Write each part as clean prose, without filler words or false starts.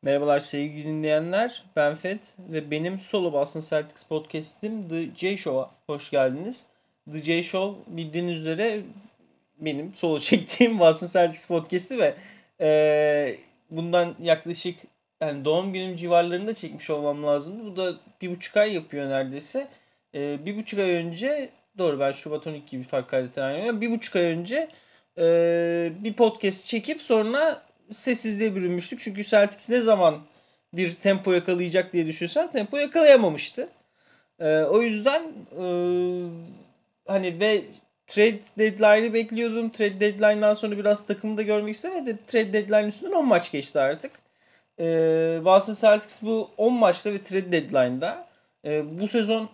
Merhabalar sevgili dinleyenler. Ben Fet ve benim solo Boston Celtics podcast'im The J Show'a hoş geldiniz. The J Show bildiğiniz üzere benim solo çektiğim Boston Celtics podcast'i ve bundan yaklaşık yani doğum günüm civarlarında çekmiş olmam lazımdı. Bu da 1,5 ay yapıyor neredeyse. 1,5 ay önce doğru ben Şubat 12 gibi fark kaydeten 1,5 ay önce bir podcast çekip sonra sessizliğe bürünmüştük. Çünkü Celtics ne zaman bir tempo yakalayacak diye düşünsen tempo yakalayamamıştı. O yüzden e, hani ve trade deadline'ı bekliyordum. Trade deadline'dan sonra biraz takımı da görmek istemedi. Trade deadline üstünden 10 maç geçti artık. Boston Celtics bu 10 maçta ve trade deadline'da bu sezon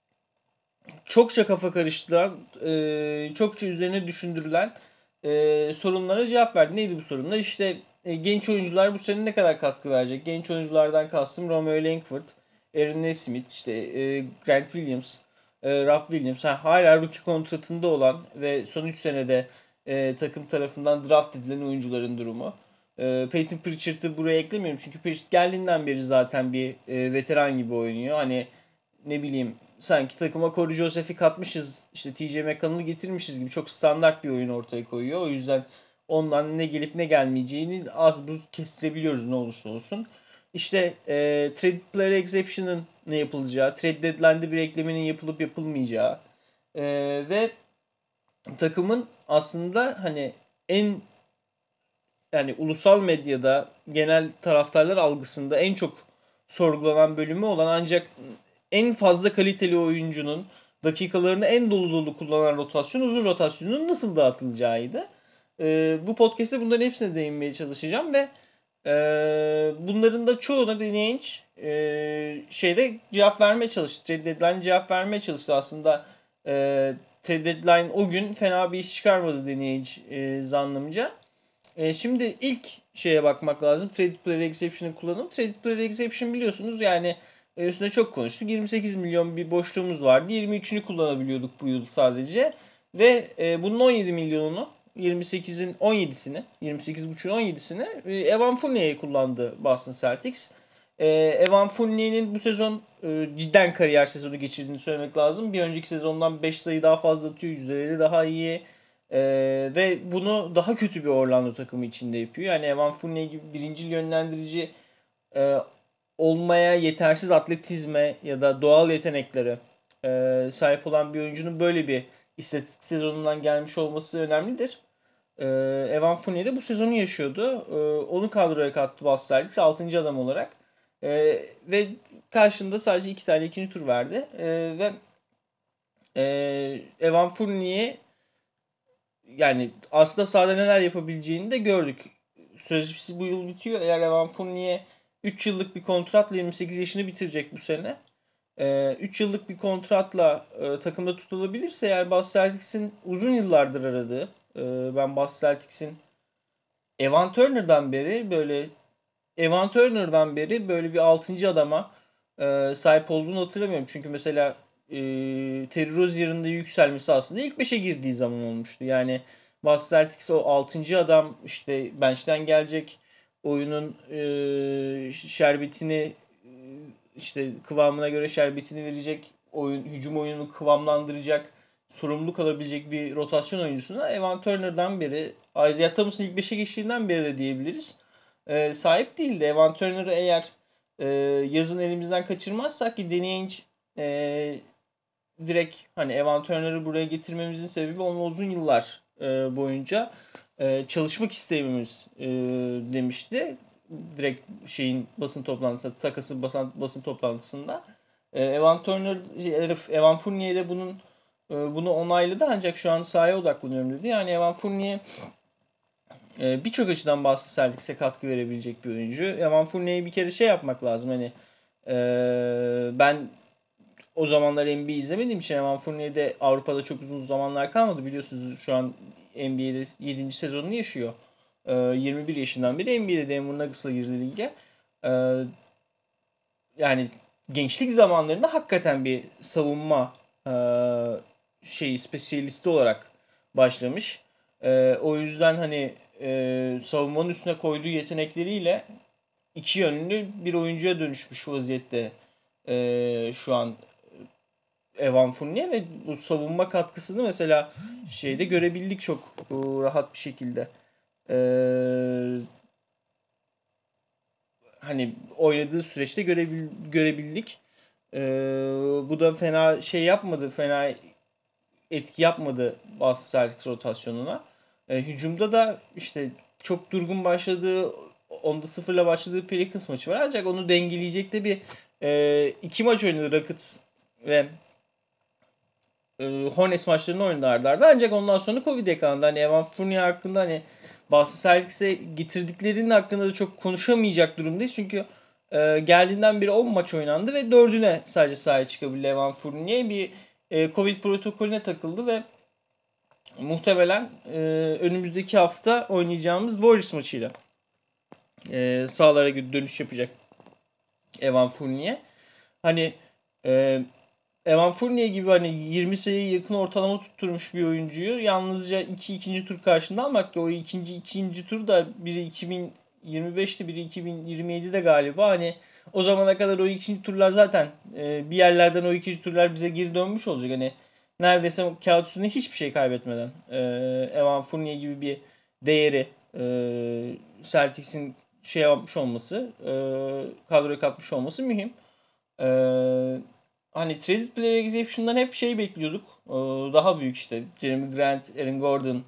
çokça kafa karıştıran, çokça üzerine düşündürülen sorunlara cevap verdi. Neydi bu sorunlar? İşte genç oyuncular bu sene ne kadar katkı verecek? Genç oyunculardan kastım Romeo Langford, Aaron Nesmith, işte Grant Williams, Rob Williams. Hala rookie kontratında olan ve son 3 senede takım tarafından draft edilen oyuncuların durumu. Peyton Pritchard'ı buraya eklemiyorum çünkü Pritchard geldiğinden beri zaten bir veteran gibi oynuyor. Hani ne bileyim sanki takıma Corey Joseph'i katmışız, işte TJ McConnell'ı getirmişiz gibi çok standart bir oyun ortaya koyuyor. O yüzden ondan ne gelip ne gelmeyeceğini az buz kestirebiliyoruz ne olursa olsun. İşte trade player exception'ın ne yapılacağı, trade deadline'de bir eklemenin yapılıp yapılmayacağı ve takımın aslında hani en yani ulusal medyada genel taraftarlar algısında en çok sorgulanan bölümü olan ancak en fazla kaliteli oyuncunun dakikalarını en dolu dolu kullanan rotasyon uzun rotasyonun nasıl dağıtılacağıydı. Bu podcast'te bunların hepsine değinmeye çalışacağım ve bunların da çoğuna dinleyici şeyde cevap vermeye çalıştı. Trade Deadline cevap vermeye çalıştı. Aslında Trade Deadline o gün fena bir iş çıkarmadı dinleyici zannımca. Şimdi ilk şeye bakmak lazım. Trade Player Exception'ın kullanımı. Trade Player Exception biliyorsunuz yani üstüne çok konuştuk. 28 milyon bir boşluğumuz vardı. 23'ünü kullanabiliyorduk bu yıl sadece. Ve bunun 17 milyonunu 28'in 17'sini 28,5'un 17'sini Evan Fournier'e kullandı Boston Celtics. Evan Fournier'in bu sezon cidden kariyer sezonu geçirdiğini söylemek lazım. Bir önceki sezondan 5 sayı daha fazla atıyor. Yüzdeleri daha iyi. Ve bunu daha kötü bir Orlando takımı içinde yapıyor. Yani Evan Fournier gibi birinci yönlendirici e, olmaya yetersiz atletizme ya da doğal yeteneklere sahip olan bir oyuncunun böyle bir istatistik sezonundan gelmiş olması önemlidir. Evan Fournier de bu sezonu yaşıyordu. Onu kadroya kattı Boston Celtics 6. adam olarak. Ve karşında sadece 2 tane ikinci tur verdi. Ve Evan Fournier yani aslında sahada neler yapabileceğini de gördük. Sözleşmesi bu yıl bitiyor. Eğer Evan Fournier 3 yıllık bir kontratla 28 yaşını bitirecek bu sene. 3 yıllık bir kontratla takımda tutulabilirse eğer Boston Celtics'in uzun yıllardır aradığı ben Boston Celtics'in Evan Turner'dan beri böyle bir 6. adama sahip olduğunu hatırlamıyorum. Çünkü mesela Terry Rozier'ın da yükselmesi aslında ilk 5'e girdiği zaman olmuştu. Yani Boston Celtics o 6. adam işte bench'ten gelecek oyunun şerbetini işte kıvamına göre şerbetini verecek hücum oyununu kıvamlandıracak sorumluluk alabilecek bir rotasyon oyuncusuna Evan Turner'dan beri Isaiah Thomas'ın ilk 5'e geçtiğinden beri de diyebiliriz sahip değildi. Evan Turner'ı eğer yazın elimizden kaçırmazsak ki deneyin direkt hani Evan Turner'ı buraya getirmemizin sebebi onun uzun yıllar boyunca çalışmak istememiz demişti. Direkt şeyin basın toplantısı, takası basın toplantısında. Evan Fournier de bunu onayladı ancak şu an sahaya odaklanıyorum dedi. Yani Evan Fournier birçok açıdan Boston Celtics'e katkı verebilecek bir oyuncu. Evan Fournier'i bir kere şey yapmak lazım hani ben o zamanlar NBA izlemediğim için Evan Fournier'de Avrupa'da çok uzun zamanlar kalmadı. Biliyorsunuz şu an NBA'de 7. sezonunu yaşıyor. 21 yaşından beri NBA'de Denver Nuggets'la girdi lige. E, Yani gençlik zamanlarında hakikaten bir savunma spesiyalisti olarak başlamış. O yüzden hani savunmanın üstüne koyduğu yetenekleriyle iki yönlü bir oyuncuya dönüşmüş vaziyette şu an Evan Fournier ve bu savunma katkısını mesela şeyde görebildik çok rahat bir şekilde. E, Hani oynadığı süreçte görebildik. E, Bu da fena şey yapmadı, fena etki yapmadı Boston Celtics rotasyonuna. Hücumda da işte çok durgun başladığı, onda sıfırla başladığı Pelicans maçı var. Ancak onu dengeleyecek de bir iki maç oynadı Rockets ve Hornets maçlarını oynadı arda arda. Ancak ondan sonra Covid yakalandı. Hani Evan Fournier hakkında hani Boston Celtics'e getirdiklerinin hakkında da çok konuşamayacak durumdayız. Çünkü geldiğinden beri 10 maç oynandı ve 4'üne sadece sahaya çıkabildi Evan Fournier. Bir Covid protokolüne takıldı ve muhtemelen önümüzdeki hafta oynayacağımız Warriors maçıyla sahalara dönüş yapacak Evan Fournier. Hani e, Evan Fournier gibi hani 20 sayıya yakın ortalama tutturmuş bir oyuncuyu yalnızca ikinci tur karşında almak ki o ikinci tur da biri 2025'te biri 2027'de galiba hani o zamana kadar o ikinci turlar zaten bir yerlerden o ikinci turlar bize geri dönmüş olacak. Hani neredeyse kağıt üstünde hiçbir şey kaybetmeden Evan Fournier gibi bir değeri Celtics'in şey yapmış olması kadroya katmış olması mühim. E, Hani Traded Player Exception'dan hep şey bekliyorduk. Daha büyük işte Jeremy Grant, Aaron Gordon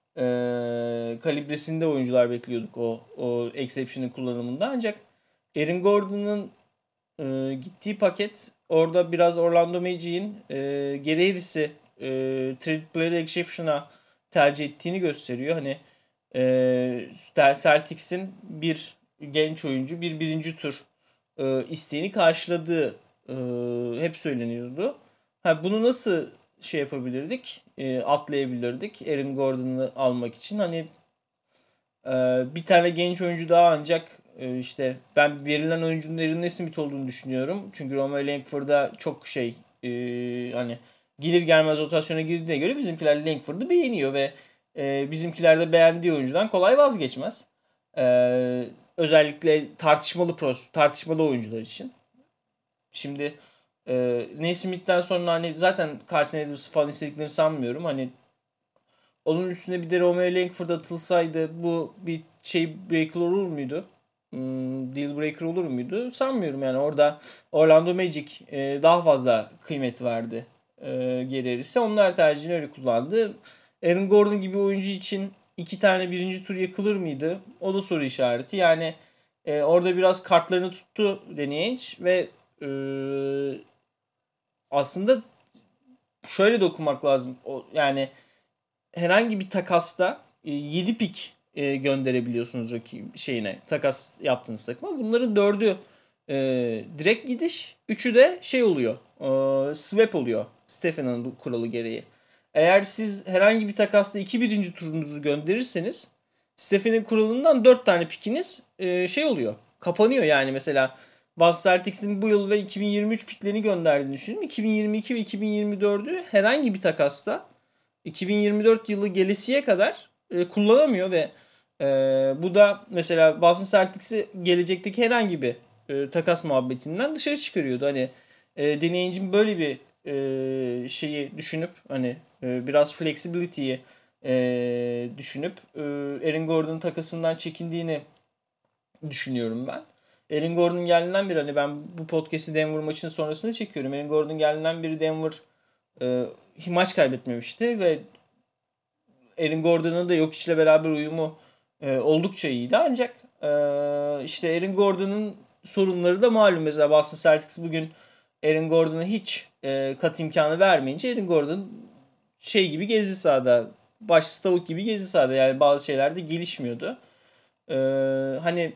kalibresinde oyuncular bekliyorduk o Exception'ın kullanımında. Ancak Aaron Gordon'ın gittiği paket orada biraz Orlando Magic'in Gary Harris'i Traded Player Exception'a tercih ettiğini gösteriyor. Hani Celtics'in bir genç oyuncu, bir birinci tur isteğini karşıladığı hep söyleniyordu. Ha, bunu nasıl şey yapabilirdik? Atlayabilirdik Aaron Gordon'u almak için. Hani e, bir tane genç oyuncu daha ancak işte ben verilen oyuncunun Aaron Nesmith olduğunu düşünüyorum. Çünkü Romeo Langford'a çok şey hani gelir gelmez rotasyona girdiğine göre bizimkiler Langford'u beğeniyor ve bizimkiler de beğendiği oyuncudan kolay vazgeçmez. Özellikle tartışmalı oyuncular için. Şimdi Naismith'ten sonra hani zaten Carson Edwards'ı falan istediklerini sanmıyorum. Hani onun üstüne bir de Romeo Langford atılsaydı bu bir şey breaker olur muydu? Deal breaker olur muydu? Sanmıyorum yani. Orada Orlando Magic daha fazla kıymet verdi geri erirse. Onlar tercihini öyle kullandı. Aaron Gordon gibi oyuncu için iki tane birinci tur yakılır mıydı? O da soru işareti. Yani orada biraz kartlarını tuttu Danny Ainge ve e, aslında şöyle de okumak lazım. Yani herhangi bir takasta 7 pik gönderebiliyorsunuz şeyine takas yaptığınız takıma. Bunların 4'ü direkt gidiş, 3'ü de şey oluyor. Swap oluyor. Stephen'ın bu kuralı gereği. Eğer siz herhangi bir takasta 2 birinci turunuzu gönderirseniz Stephen'in kuralından 4 tane pikiniz şey oluyor. Kapanıyor yani mesela Boston Celtics'in bu yıl ve 2023 piklerini gönderdiğini düşünün. 2022 ve 2024'ü herhangi bir takasta 2024 yılı gelesiye kadar kullanamıyor ve bu da mesela Boston Celtics'i gelecekteki herhangi bir takas muhabbetinden dışarı çıkarıyordu. Hani deneyicim böyle bir şeyi düşünüp hani biraz flexibility'yi düşünüp Aaron Gordon takasından çekindiğini düşünüyorum ben. Aaron Gordon geldiğinden beri hani ben bu podcast'i Denver maçının sonrasında çekiyorum. Aaron Gordon geldiğinden beri Denver maç kaybetmemişti ve Aaron Gordon'un da Jokic'le beraber uyumu oldukça iyiydi. Ancak işte Aaron Gordon'un sorunları da malum. Mesela Boston Celtics bugün Aaron Gordon'a hiç kat imkanı vermeyince Aaron Gordon şey gibi gezdi sahada. Başsız tavuk gibi gezdi sahada. Yani bazı şeylerde gelişmiyordu. E, Hani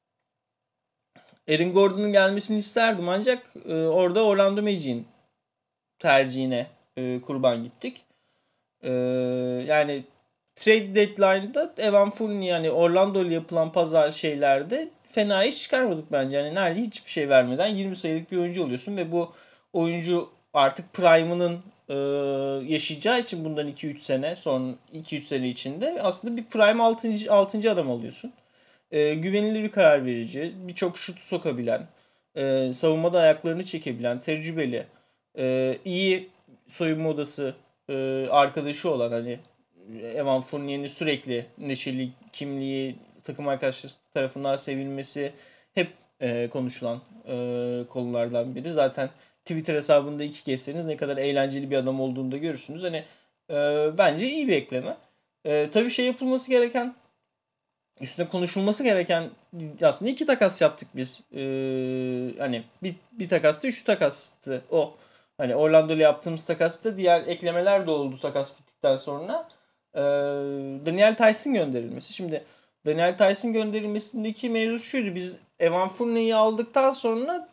Aaron Gordon'un gelmesini isterdim ancak orada Orlando Magic'in tercihine kurban gittik. Ee, Yani trade deadline'da Evan Fournier yani Orlando ile yapılan pazar şeylerde fena iş çıkarmadık bence. Yani nerede hiçbir şey vermeden 20 sayılık bir oyuncu oluyorsun ve bu oyuncu artık prime'ının yaşayacağı için bundan 2-3 sene son 2-3 sene içinde aslında bir prime altıncı adam alıyorsun. güvenilir bir karar verici, birçok şut sokabilen, savunmada ayaklarını çekebilen, tecrübeli, iyi soyunma odası arkadaşı olan, hani Evan Fournier'in sürekli neşeli kimliği, takım arkadaşları tarafından sevilmesi hep konuşulan konulardan biri. Zaten Twitter hesabında iki gezseniz ne kadar eğlenceli bir adam olduğunu da görürsünüz. Hani bence iyi bir ekleme. Tabii şey yapılması gereken, üstüne konuşulması gereken, aslında iki takas yaptık biz. Hani bir takastı, üç takastı o. Hani Orlando ile yaptığımız takasta diğer eklemeler de oldu takas bittikten sonra. Ee, Daniel Tyson gönderilmesi. Şimdi Daniel Tyson gönderilmesindeki mevzu şuydu. Biz Evan Fournier'i aldıktan sonra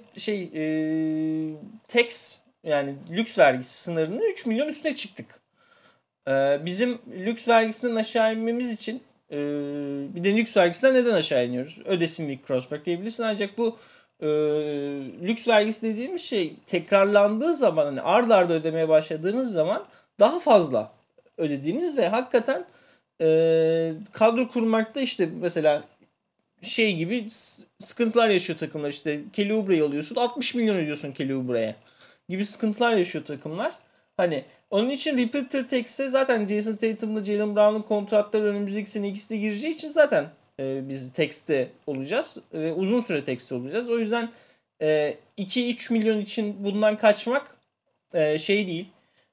tax, yani lüks vergisi sınırını 3 milyon üstüne çıktık. Bizim lüks vergisinden aşağı inmemiz için, bir de lüks vergisinden neden aşağı iniyoruz? Ödesin Vic Crossback diyebilirsin, ancak bu lüks vergisi dediğimiz şey tekrarlandığı zaman, hani ard arda ödemeye başladığınız zaman daha fazla ödediğiniz ve hakikaten kadro kurmakta işte mesela şey gibi sıkıntılar yaşıyor takımlar. İşte Kelly Oubre'yi alıyorsun, 60 milyon ödüyorsun Kelly Oubre'ye gibi sıkıntılar yaşıyor takımlar. Hani onun için repeater tax'e zaten Jason Tatum'la Jaylen Brown'un kontratları önümüzdeki sene ikisi de gireceği için zaten biz tax'te olacağız. Uzun süre tax'te olacağız. O yüzden 2-3 milyon için bundan kaçmak şey değil.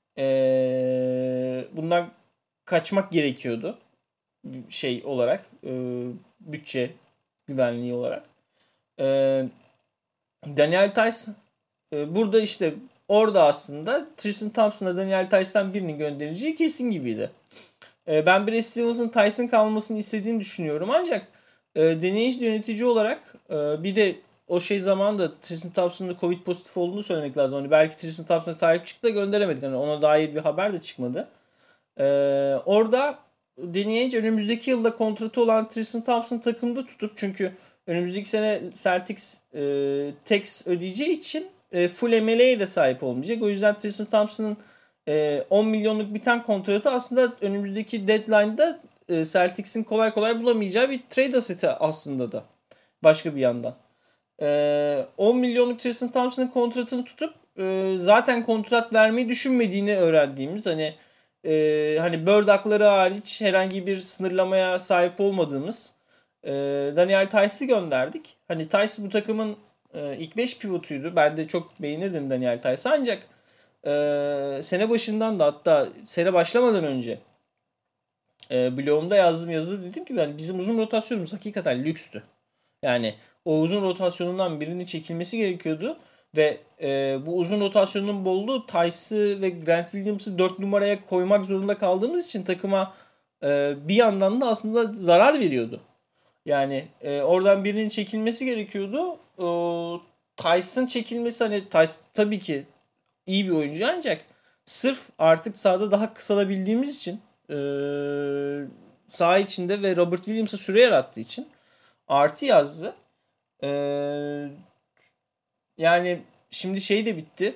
Bundan kaçmak gerekiyordu. Şey olarak, bütçe güvenliği olarak. Ee, Daniel Tice burada işte orada aslında Tristan Thompson'a Daniel Tice'dan birini göndereceği kesin gibiydi. Ben Brad Stevens'ın Tyson kalmasını istediğini düşünüyorum, ancak deneyici yönetici olarak bir de o şey zamanında Tristan Thompson'ın Covid pozitif olduğunu söylemek lazım. Hani belki Tristan Thompson'a sahip çıktı da gönderemedik. Yani ona dair bir haber de çıkmadı. Orada Danny Ainge önümüzdeki yılda kontratı olan Tristan Thompson takımda tutup, çünkü önümüzdeki sene Celtics tax ödeyeceği için full MLA'ye de sahip olmayacak. O yüzden Tristan Thompson'ın 10 milyonluk biten kontratı aslında önümüzdeki deadline'da Celtics'in kolay kolay bulamayacağı bir trade asset'i aslında da. Başka bir yandan. 10 milyonluk Tristan Thompson'ın kontratını tutup zaten kontrat vermeyi düşünmediğini öğrendiğimiz, hani Bird hakları hariç herhangi bir sınırlamaya sahip olmadığımız Daniel Tice'ı gönderdik. Hani Tice bu takımın ilk 5 pivotuydu. Ben de çok beğenirdim Daniel Tice'ı, ancak sene başından da, hatta sene başlamadan önce blogumda yazdığım yazıda dedim ki ben bizim uzun rotasyonumuz hakikaten lükstü. Yani o uzun rotasyonundan birinin çekilmesi gerekiyordu ve bu uzun rotasyonun bolluğu Tice'ı ve Grant Williams'ı 4 numaraya koymak zorunda kaldığımız için takıma bir yandan da aslında zarar veriyordu. Yani oradan birinin çekilmesi gerekiyordu. Tyson çekilmesi, hani Tyson tabii ki iyi bir oyuncu, ancak sırf artık sahada daha kısalabildiğimiz için, saha içinde ve Robert Williams'a süre yarattığı için artı yazdı. Ee, Yani şimdi şey de bitti.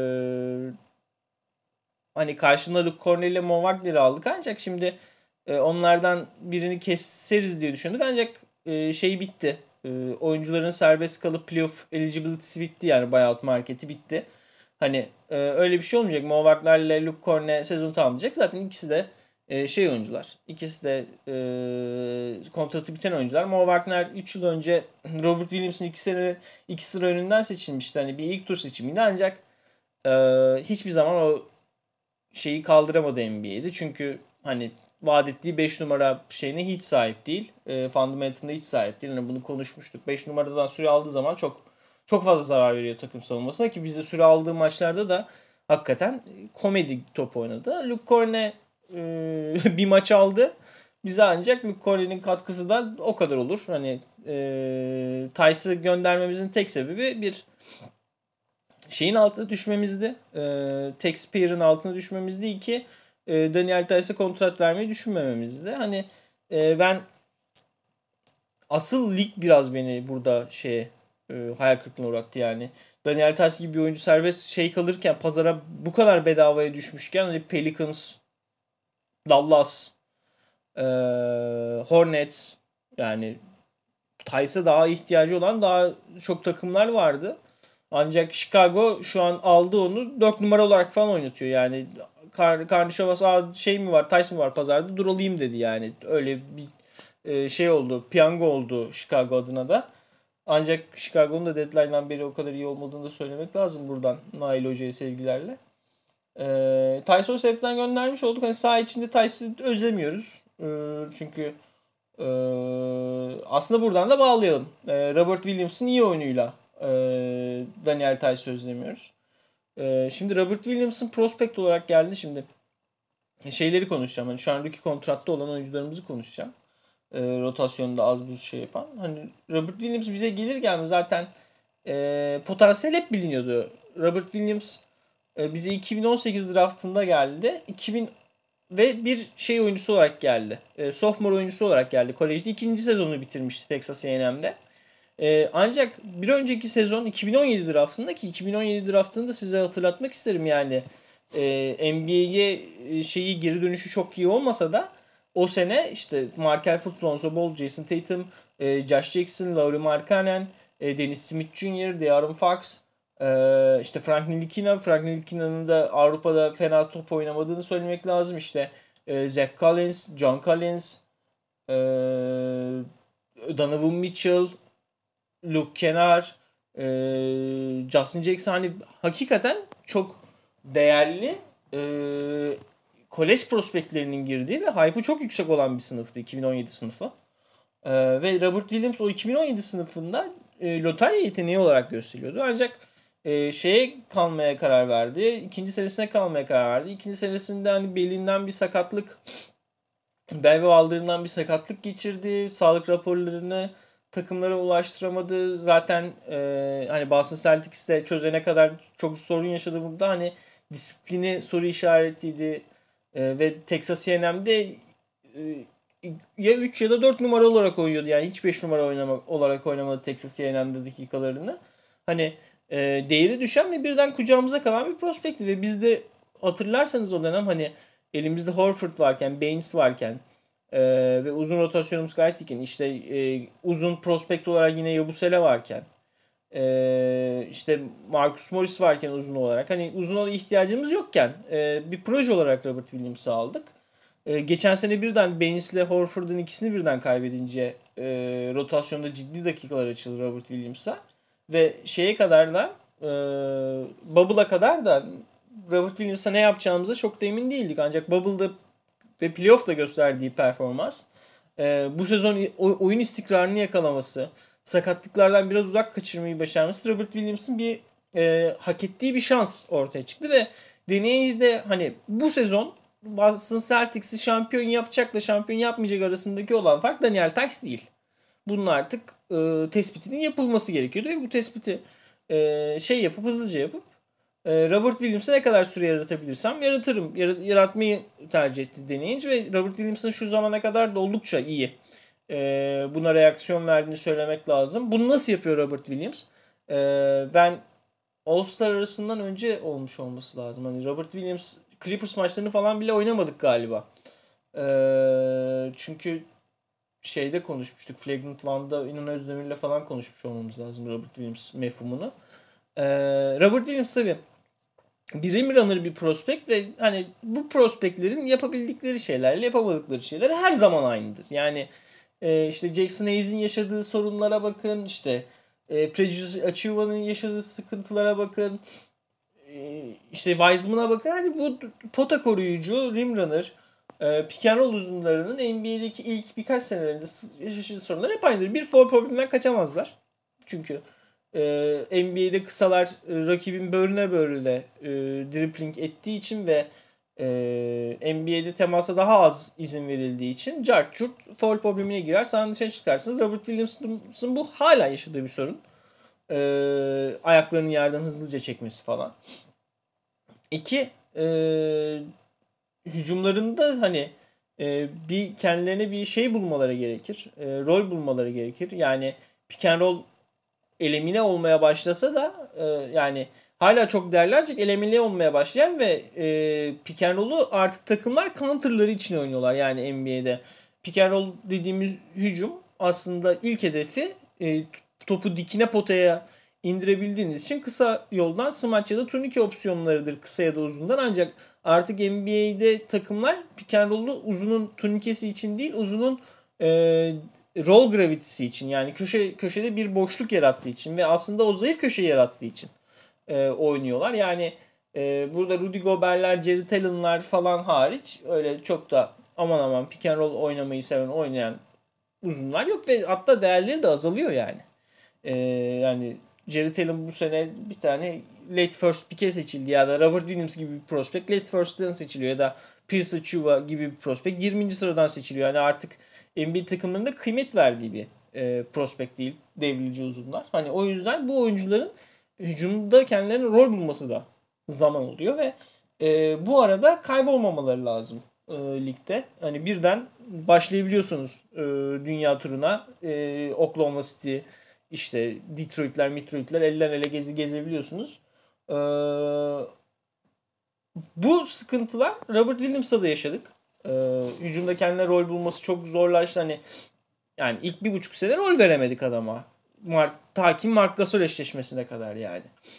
Hani karşında Luke Cornell ile Mo Wagner'i aldık, ancak şimdi onlardan birini keseriz diye düşündük, ancak şey bitti. Oyuncuların serbest kalıp playoff eligibility'si bitti, yani buyout marketi bitti. Hani öyle bir şey olmayacak. Mo Wagner ile Luke Cornell sezonu tamamlayacak. Zaten ikisi de şey oyuncular. İkisi de kontratı biten oyuncular. Mo Wagner 3 yıl önce Robert Williams'ın 2 sıra önünden seçilmişti. Hani bir ilk tur seçimiydi, ancak hiçbir zaman o şeyi kaldıramadı NBA'de. Çünkü hani vaat ettiği 5 numara şeyine hiç sahip değil. Fundamental'ına hiç sahip değil. Yani bunu konuşmuştuk. 5 numaradan süre aldığı zaman çok çok fazla zarar veriyor takım savunmasına, ki bizde süre aldığı maçlarda da hakikaten komedi top oynadı. Luke Cornet bir maç aldı. Bize ancak Luke Cornet'in katkısı da o kadar olur. Hani Tice'ı göndermemizin tek sebebi bir şeyin altına düşmemizdi. Taxpayer'ın altına düşmemizdi. İki, Daniel Tice'a kontrat vermeyi düşünmememizdi. Hani ben asıl lig biraz beni burada hayal kırıklığına uğrattı yani. Daniel Tice gibi bir oyuncu serbest şey kalırken, pazara bu kadar bedavaya düşmüşken, hani Pelicans, Dallas, e, Hornets, yani Tice'a daha ihtiyacı olan daha çok takımlar vardı. Ancak Chicago şu an aldı onu 4 numara olarak falan oynatıyor. Yani Karnişovas şey mi var, Tice mi var pazarda, dur alayım dedi yani. Öyle bir şey oldu, piyango oldu Chicago adına da. Ancak Chicago'nun da deadline'dan beri o kadar iyi olmadığını da söylemek lazım buradan Nail Hoca'ya sevgilerle. Tyson sebepten göndermiş olduk. Hani saha içinde Tyson'ı özlemiyoruz. Çünkü aslında buradan da bağlayalım. Robert Williams'ın iyi oyunuyla Daniel Tyson'ı özlemiyoruz. Şimdi Robert Williams'ın prospect olarak geldi. Şimdi şeyleri konuşacağım. Hani şu an rookie kontratta olan oyuncularımızı konuşacağım. Rotasyonda az buz şey yapan. Hani Robert Williams bize gelir gelmez zaten potansiyel hep biliniyordu. Robert Williams bize 2018 draftında geldi. 2000 ve bir şey oyuncusu olarak geldi. Sophomore oyuncusu olarak geldi. Kolejde ikinci sezonu bitirmişti Texas A&M'de. Ancak bir önceki sezon 2017 draftında, ki 2017 draftını da size hatırlatmak isterim yani. NBA'ye şeyi geri dönüşü çok iyi olmasa da o sene işte Markelle Fultz, Lonzo Ball, Jason Tatum, Josh Jackson, Lauri Markkanen, Dennis Smith Jr., De'Aaron Fox, işte Frank Ntilikina. Frank Ntilikina'nın da Avrupa'da fena top oynamadığını söylemek lazım. İşte Zach Collins, John Collins, e, Donovan Mitchell, Luke Kennard, Justin Jackson, hani hakikaten çok değerli kolej prospektlerinin girdiği ve hype'ı çok yüksek olan bir sınıftı 2017 sınıfı. Ve Robert Williams o 2017 sınıfında lotarya yeteneği olarak gösteriliyordu. Ancak şeye kalmaya karar verdi. İkinci senesine kalmaya karar verdi. İkinci senesinde hani belinden bir sakatlık, bel ve baldırından bir sakatlık geçirdi. Sağlık raporlarını takımlara ulaştıramadı. Zaten hani Boston Celtics'te çözene kadar çok sorun yaşadı burada. Hani disiplini soru işaretiydi. Ve Texas A&M'de ya 3 ya da 4 numara olarak oynuyordu. Yani hiç 5 numara olarak oynamadı Texas A&M'de dakikalarını. Hani değeri düşen ve birden kucağımıza kalan bir prospekti. Ve biz de hatırlarsanız o dönem hani elimizde Horford varken, Baines varken ve uzun rotasyonumuz gayet iyiken, işte uzun prospekt olarak yine Yabusele varken, işte Marcus Morris varken uzun olarak, hani uzuna ihtiyacımız yokken bir proje olarak Robert Williams'ı aldık. Geçen sene birden Baines ile Horford'un ikisini birden kaybedince rotasyonda ciddi dakikalar açıldı Robert Williams'a. Ve şeye kadar da Bubble'a kadar da Robert Williams'a ne yapacağımıza çok da emin değildik. Ancak Bubble'da ve playoff'ta gösterdiği performans, bu sezon oyun istikrarını yakalaması, sakatlıklardan biraz uzak kaçırmayı başarması, Robert Williams'ın bir hak ettiği bir şans ortaya çıktı ve deneyici de hani bu sezon Boston Celtics'i şampiyon yapacakla şampiyon yapmayacak arasındaki olan fark Daniel Tice değil. Bunun artık tespitinin yapılması gerekiyordu ve bu tespiti şey yapıp hızlıca yapıp Robert Williams'a ne kadar süre yaratabilirsem yaratırım. Yaratmayı tercih etti deneyici ve Robert Williams'ın şu zamana kadar da oldukça iyi buna reaksiyon verdiğini söylemek lazım. Bunu nasıl yapıyor Robert Williams? Ben All-Star arasından önce olmuş olması lazım. Hani Robert Williams Clippers maçlarını falan bile oynamadık galiba. Çünkü şeyde konuşmuştuk. Flagrant One'da İnan Özdemir'le falan konuşmuş olmamız lazım Robert Williams mefhumunu. Robert Williams tabii bir rim runner, bir prospekt ve hani bu prospektlerin yapabildikleri şeylerle yapamadıkları şeyler her zaman aynıdır. Yani işte Jackson Hayes'in yaşadığı sorunlara bakın, işte Precious Achiva'nın yaşadığı sıkıntılara bakın, işte Wiseman'a bakın. Hani bu pota koruyucu, rim runner, pick and roll uzunlarının NBA'deki ilk birkaç senelerinde yaşadığı sorunlar hep aynıdır. Bir foul probleminden kaçamazlar. Çünkü NBA'de kısalar rakibin böğrüne böğrüne dribbling ettiği için ve NBA'de temasa daha az izin verildiği için cart curt foul problemine girer. Sahanın dışına çıkarsınız. Robert Williams'ın bu hala yaşadığı bir sorun. Ayaklarını yerden hızlıca çekmesi falan. İki, hücumlarında hani bir kendilerine bir şey bulmaları gerekir. Rol bulmaları gerekir. Yani pick and roll elimine olmaya başlasa da yani hala çok değerli, ancak elimine olmaya başlayan ve pick and roll'u artık takımlar counter'ları için oynuyorlar. Yani NBA'de pick and roll dediğimiz hücum aslında ilk hedefi topu dikine potaya indirebildiğiniz için kısa yoldan smaç ya da turnike opsiyonlarıdır kısa ya da uzundan. Ancak artık NBA'de takımlar pick and roll'u uzunun turnikesi için değil, uzunun e, roll gravity'si için, yani köşede bir boşluk yarattığı için ve aslında o zayıf köşe yarattığı için oynuyorlar. Yani burada Rudy Gobert'ler, Jared Allen'lar falan hariç öyle çok da aman aman pick and roll oynamayı seven, oynayan uzunlar yok ve hatta değerleri de azalıyor yani. Yani Jared Allen bu sene bir tane late first pick'e seçildi ya da Robert Williams gibi bir prospect late first'ten seçiliyor ya da Pierce Achiuwa gibi bir prospect 20. sıradan seçiliyor. Yani artık NBA takımlarında kıymet verdiği bir prospect değil devrici uzunlar. Hani o yüzden bu oyuncuların hücumda kendilerine rol bulması da zaman oluyor ve bu arada kaybolmamaları lazım ligde. Hani birden başlayabiliyorsunuz dünya turuna. Oklahoma City, işte Detroit'ler elden ele gezebiliyorsunuz. Ee, Bu sıkıntılar Robert Williams'a da yaşadık. Hücumda kendine rol bulması çok zorlaştı. Hani yani ilk 1,5 sene rol veremedik adama. Ta ki Marc Gasol eşleşmesine kadar yani.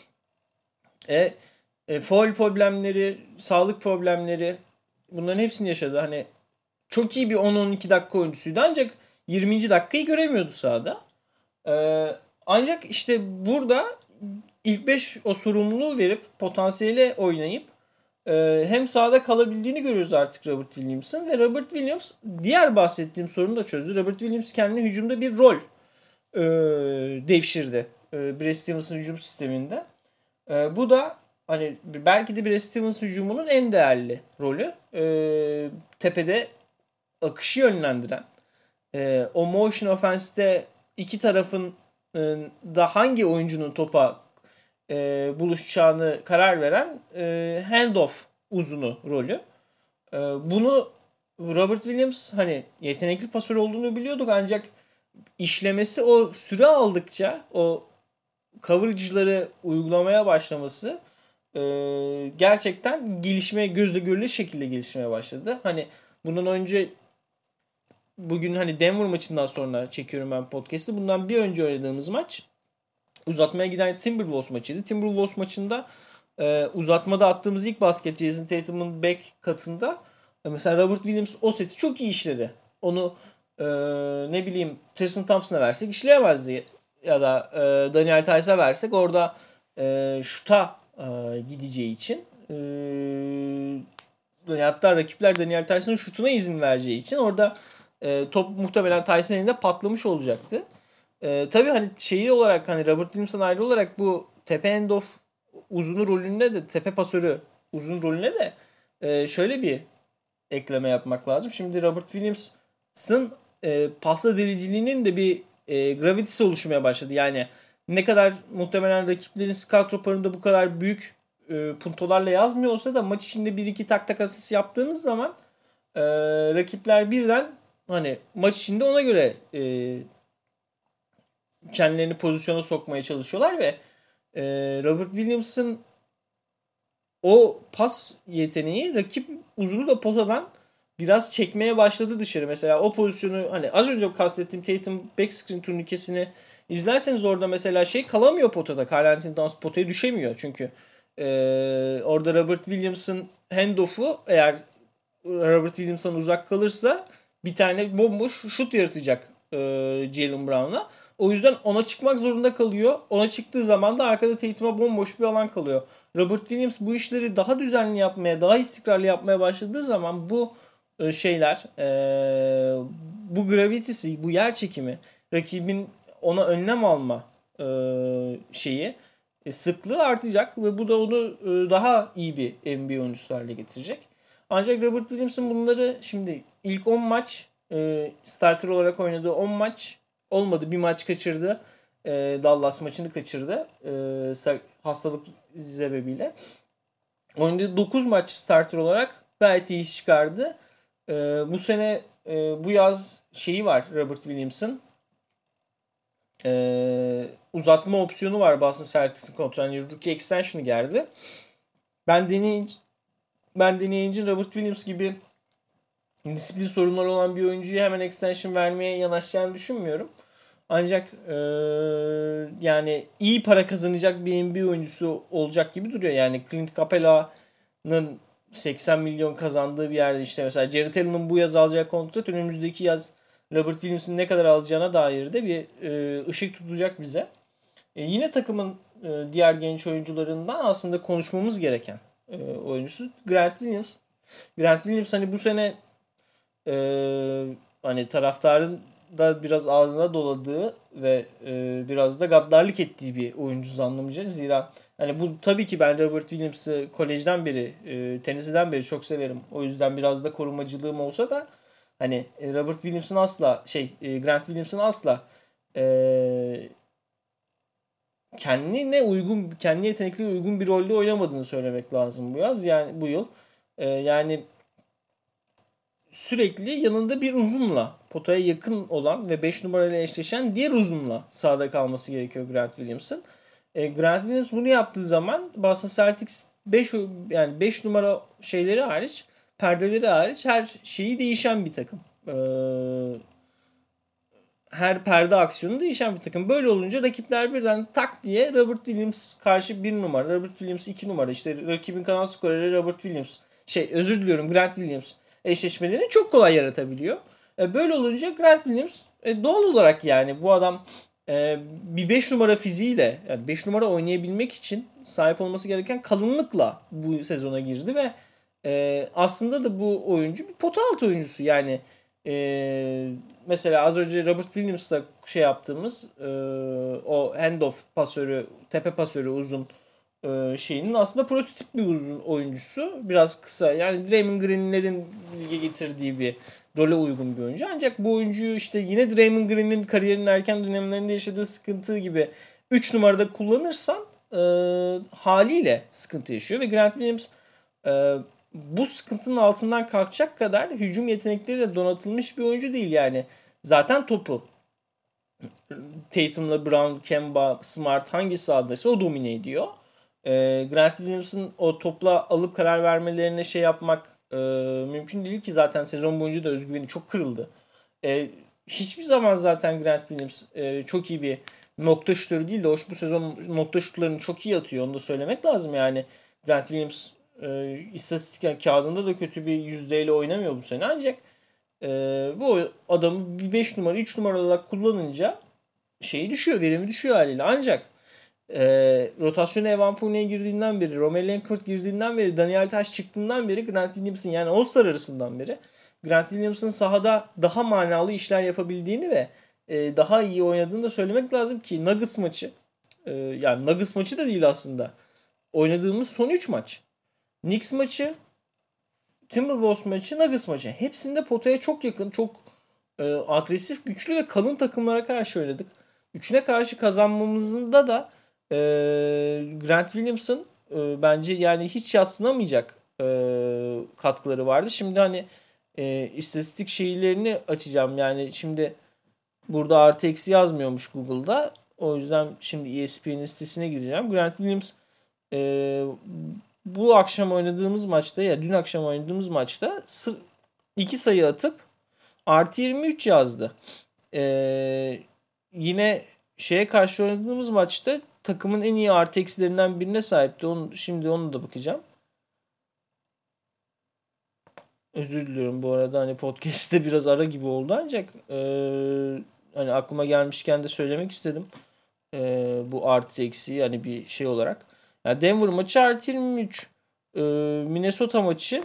Foul problemleri, sağlık problemleri, bunların hepsini yaşadı. Hani çok iyi bir 10-12 dakika oyuncusuydu ancak 20. dakikayı göremiyordu sahada. Ancak işte burada ilk 5 o sorumluluğu verip potansiyele oynayıp hem sahada kalabildiğini görüyoruz artık Robert Williams'ın ve Robert Williams diğer bahsettiğim sorunu da çözdü. Robert Williams kendine hücumda bir rol e, devşirdi. Brad Stevens'ın hücum sisteminde. Bu da hani belki de Brad Stevens hücumunun en değerli rolü. Tepede akışı yönlendiren, o motion offense'te iki tarafın da hangi oyuncunun topa buluşacağını karar veren handoff uzunu rolü. Bunu Robert Williams hani yetenekli pasör olduğunu biliyorduk ancak işlemesi o süre aldıkça o coverage'ları uygulamaya başlaması gerçekten gözle görülür şekilde gelişmeye başladı. Hani bundan önce bugün hani Denver maçından sonra çekiyorum ben podcast'ı. Bundan bir önce oynadığımız maç uzatmaya giden Timberwolves maçıydı. Timberwolves maçında uzatmada attığımız ilk basket Jason Tatum'un back katında mesela Robert Williams o seti çok iyi işledi. Onu ne bileyim Tristan Thompson'a versek işleyemezdi. Ya da Daniel Theis'e versek orada şuta gideceği için hatta rakipler Daniel Theis'in şutuna izin vereceği için orada top muhtemelen Tyson'ın elinde patlamış olacaktı. Tabii hani şeyi olarak hani Robert Williams'ın ayrı olarak bu tepe handoff uzunu rolüne de tepe pasörü uzun rolüne de şöyle bir ekleme yapmak lazım. Şimdi Robert Williams'ın pasla deliciliğinin de bir gravitesi oluşmaya başladı. Yani ne kadar muhtemelen rakiplerin scout raporunda bu kadar büyük puntolarla yazmıyor olsa da maç içinde bir iki tak tak asist yaptığınız zaman rakipler birden hani maç içinde ona göre kendilerini pozisyona sokmaya çalışıyorlar ve Robert Williams'ın o pas yeteneği rakip uzunu da potadan biraz çekmeye başladı dışarı. Mesela o pozisyonu hani az önce kastettiğim Tatum backscreen turnikesini izlerseniz orada mesela şey kalamıyor potada. Karl Anthony Towns potaya düşemiyor. Çünkü orada Robert Williams'ın handoff'u eğer Robert Williams'tan uzak kalırsa bir tane bomboş şut yaratacak Jaylen Brown'a. O yüzden ona çıkmak zorunda kalıyor. Ona çıktığı zaman da arkada Tatum'a bomboş bir alan kalıyor. Robert Williams bu işleri daha düzenli yapmaya, daha istikrarlı yapmaya başladığı zaman bu şeyler, bu gravitesi, bu yer çekimi, rakibin ona önlem alma şeyi, sıklığı artacak ve bu da onu daha iyi bir NBA oyuncusu haline getirecek. Ancak Robert Williams'ın bunları şimdi ilk 10 maç starter olarak oynadığı 10 maç olmadı. Bir maç kaçırdı. Dallas maçını kaçırdı. Hastalık sebebiyle. Oynadığı 9 maç starter olarak gayet iyi iş çıkardı. Bu sene bu yaz şeyi var Robert Williams'ın. Uzatma opsiyonu var Boston Celtics'in kontratına. Rookie extension'ı geldi. Ben deneyince Robert Williams gibi disiplin sorunları olan bir oyuncuya hemen extension vermeye yanaşacağını düşünmüyorum. Ancak yani iyi para kazanacak bir NBA oyuncusu olacak gibi duruyor. Yani Clint Capela'nın 80 milyon kazandığı bir yerde işte mesela Jared Allen'ın bu yaz alacağı kontrat önümüzdeki yaz Robert Williams'ın ne kadar alacağına dair de bir ışık tutacak bize. Yine takımın diğer genç oyuncularından aslında konuşmamız gereken oyuncusu Grant Williams. Grant Williams hani bu sene hani taraftarın da biraz ağzına doladığı ve biraz da gaddarlık ettiği bir oyuncu anlamayacağız. Zira hani bu tabii ki ben Robert Williams'ı kolejden beri, Tennessee'den beri çok severim. O yüzden biraz da korumacılığım olsa da hani Robert Williams'ın asla Grant Williams'ın asla e, kendine uygun, kendi yetenekliğe uygun bir rolde oynamadığını söylemek lazım bu yaz. Yani bu yıl. Yani sürekli yanında bir uzunla potaya yakın olan ve 5 numarayla eşleşen diğer uzunla sahada kalması gerekiyor Grant Williams'ın. Grant Williams bunu yaptığı zaman Boston Celtics 5 yani 5 numara şeyleri hariç, perdeleri hariç her şeyi değişen bir takım. Her perde aksiyonu değişen bir takım. Böyle olunca rakipler birden tak diye Robert Williams karşı bir numara, Robert Williams 2 numara, işte rakibin kanat skoreri Robert Williams, özür diliyorum Grant Williams eşleşmelerini çok kolay yaratabiliyor. Böyle olunca Grant Williams doğal olarak yani bu adam bir 5 numara fiziğiyle yani 5 numara oynayabilmek için sahip olması gereken kalınlıkla bu sezona girdi ve aslında da bu oyuncu bir pota altı oyuncusu yani e, mesela az önce Robert Williams'la yaptığımız o handoff pasörü, tepe pasörü uzun şeyinin aslında prototip bir uzun oyuncusu. Biraz kısa. Yani Draymond Green'lerin lige getirdiği bir role uygun bir oyuncu. Ancak bu oyuncuyu işte yine Draymond Green'in kariyerinin erken dönemlerinde yaşadığı sıkıntı gibi 3 numarada kullanırsan haliyle sıkıntı yaşıyor ve Grant Williams e, bu sıkıntının altından kalkacak kadar hücum yetenekleriyle donatılmış bir oyuncu değil yani. Zaten topu Tatum'la Brown, Kemba, Smart hangisi sahadaysa o domine ediyor. Grant Williams'ın o topla alıp karar vermelerine yapmak mümkün değil ki zaten sezon boyunca da özgüveni çok kırıldı. Hiçbir zaman zaten Grant Williams çok iyi bir nokta şutörü değil de bu sezon nokta şutlarını çok iyi atıyor. Onu da söylemek lazım yani. Grant Williams istatistik kağıdında da kötü bir yüzdeyle oynamıyor bu sene ancak bu adamı bir 5 numara 3 numara olarak kullanınca düşüyor, verimi düşüyor haliyle. Ancak rotasyona Evan Fournier girdiğinden beri, Romelu Langford girdiğinden beri, Daniel Taş çıktığından beri, Grant Williams'ın yani All-Star arasından beri Grant Williams'ın sahada daha manalı işler yapabildiğini ve daha iyi oynadığını da söylemek lazım ki Nuggets maçı yani Nuggets maçı da değil aslında. Oynadığımız son 3 maç. Knicks maçı, Timberwolves maçı, Nuggets maçı. Hepsinde potaya çok yakın, çok agresif, güçlü ve kalın takımlara karşı oynadık. Üçüne karşı kazanmamızda da Grant Williams'ın bence yani hiç yadsınamayacak katkıları vardı. Şimdi hani istatistik şeylerini açacağım. Yani şimdi burada artı eksi yazmıyormuş Google'da. O yüzden şimdi ESPN'in sitesine gireceğim. Grant Williams e, bu akşam oynadığımız maçta ya dün akşam oynadığımız maçta 2 sayı atıp artı 23 yazdı. Yine karşı oynadığımız maçta takımın en iyi artı eksilerinden birine sahipti. Şimdi onu da bakacağım. Özür diliyorum bu arada hani podcast'te biraz ara gibi oldu ancak hani aklıma gelmişken de söylemek istedim. Bu artı eksi hani bir şey olarak. Yani Denver maçı artı 23. Minnesota maçı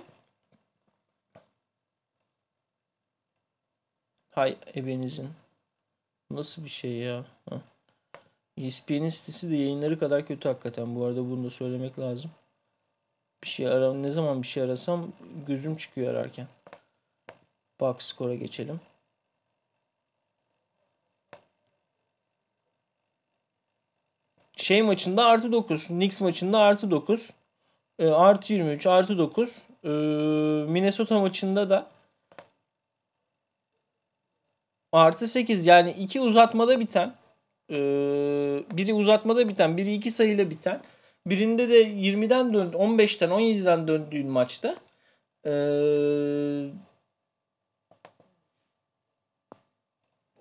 hay ebenizin. Nasıl bir şey ya? Heh. ESPN'in sitesi de yayınları kadar kötü hakikaten. Bu arada bunu da söylemek lazım. Ne zaman bir şey arasam gözüm çıkıyor ararken. Box score'a geçelim. Maçında artı 9. Knicks maçında artı 9. Artı 23 artı 9. Minnesota maçında da artı 8. Yani iki uzatmada biten. Biri uzatmada biten. Biri iki sayıyla biten. Birinde de 20'den 15'ten 17'den döndüğün maçta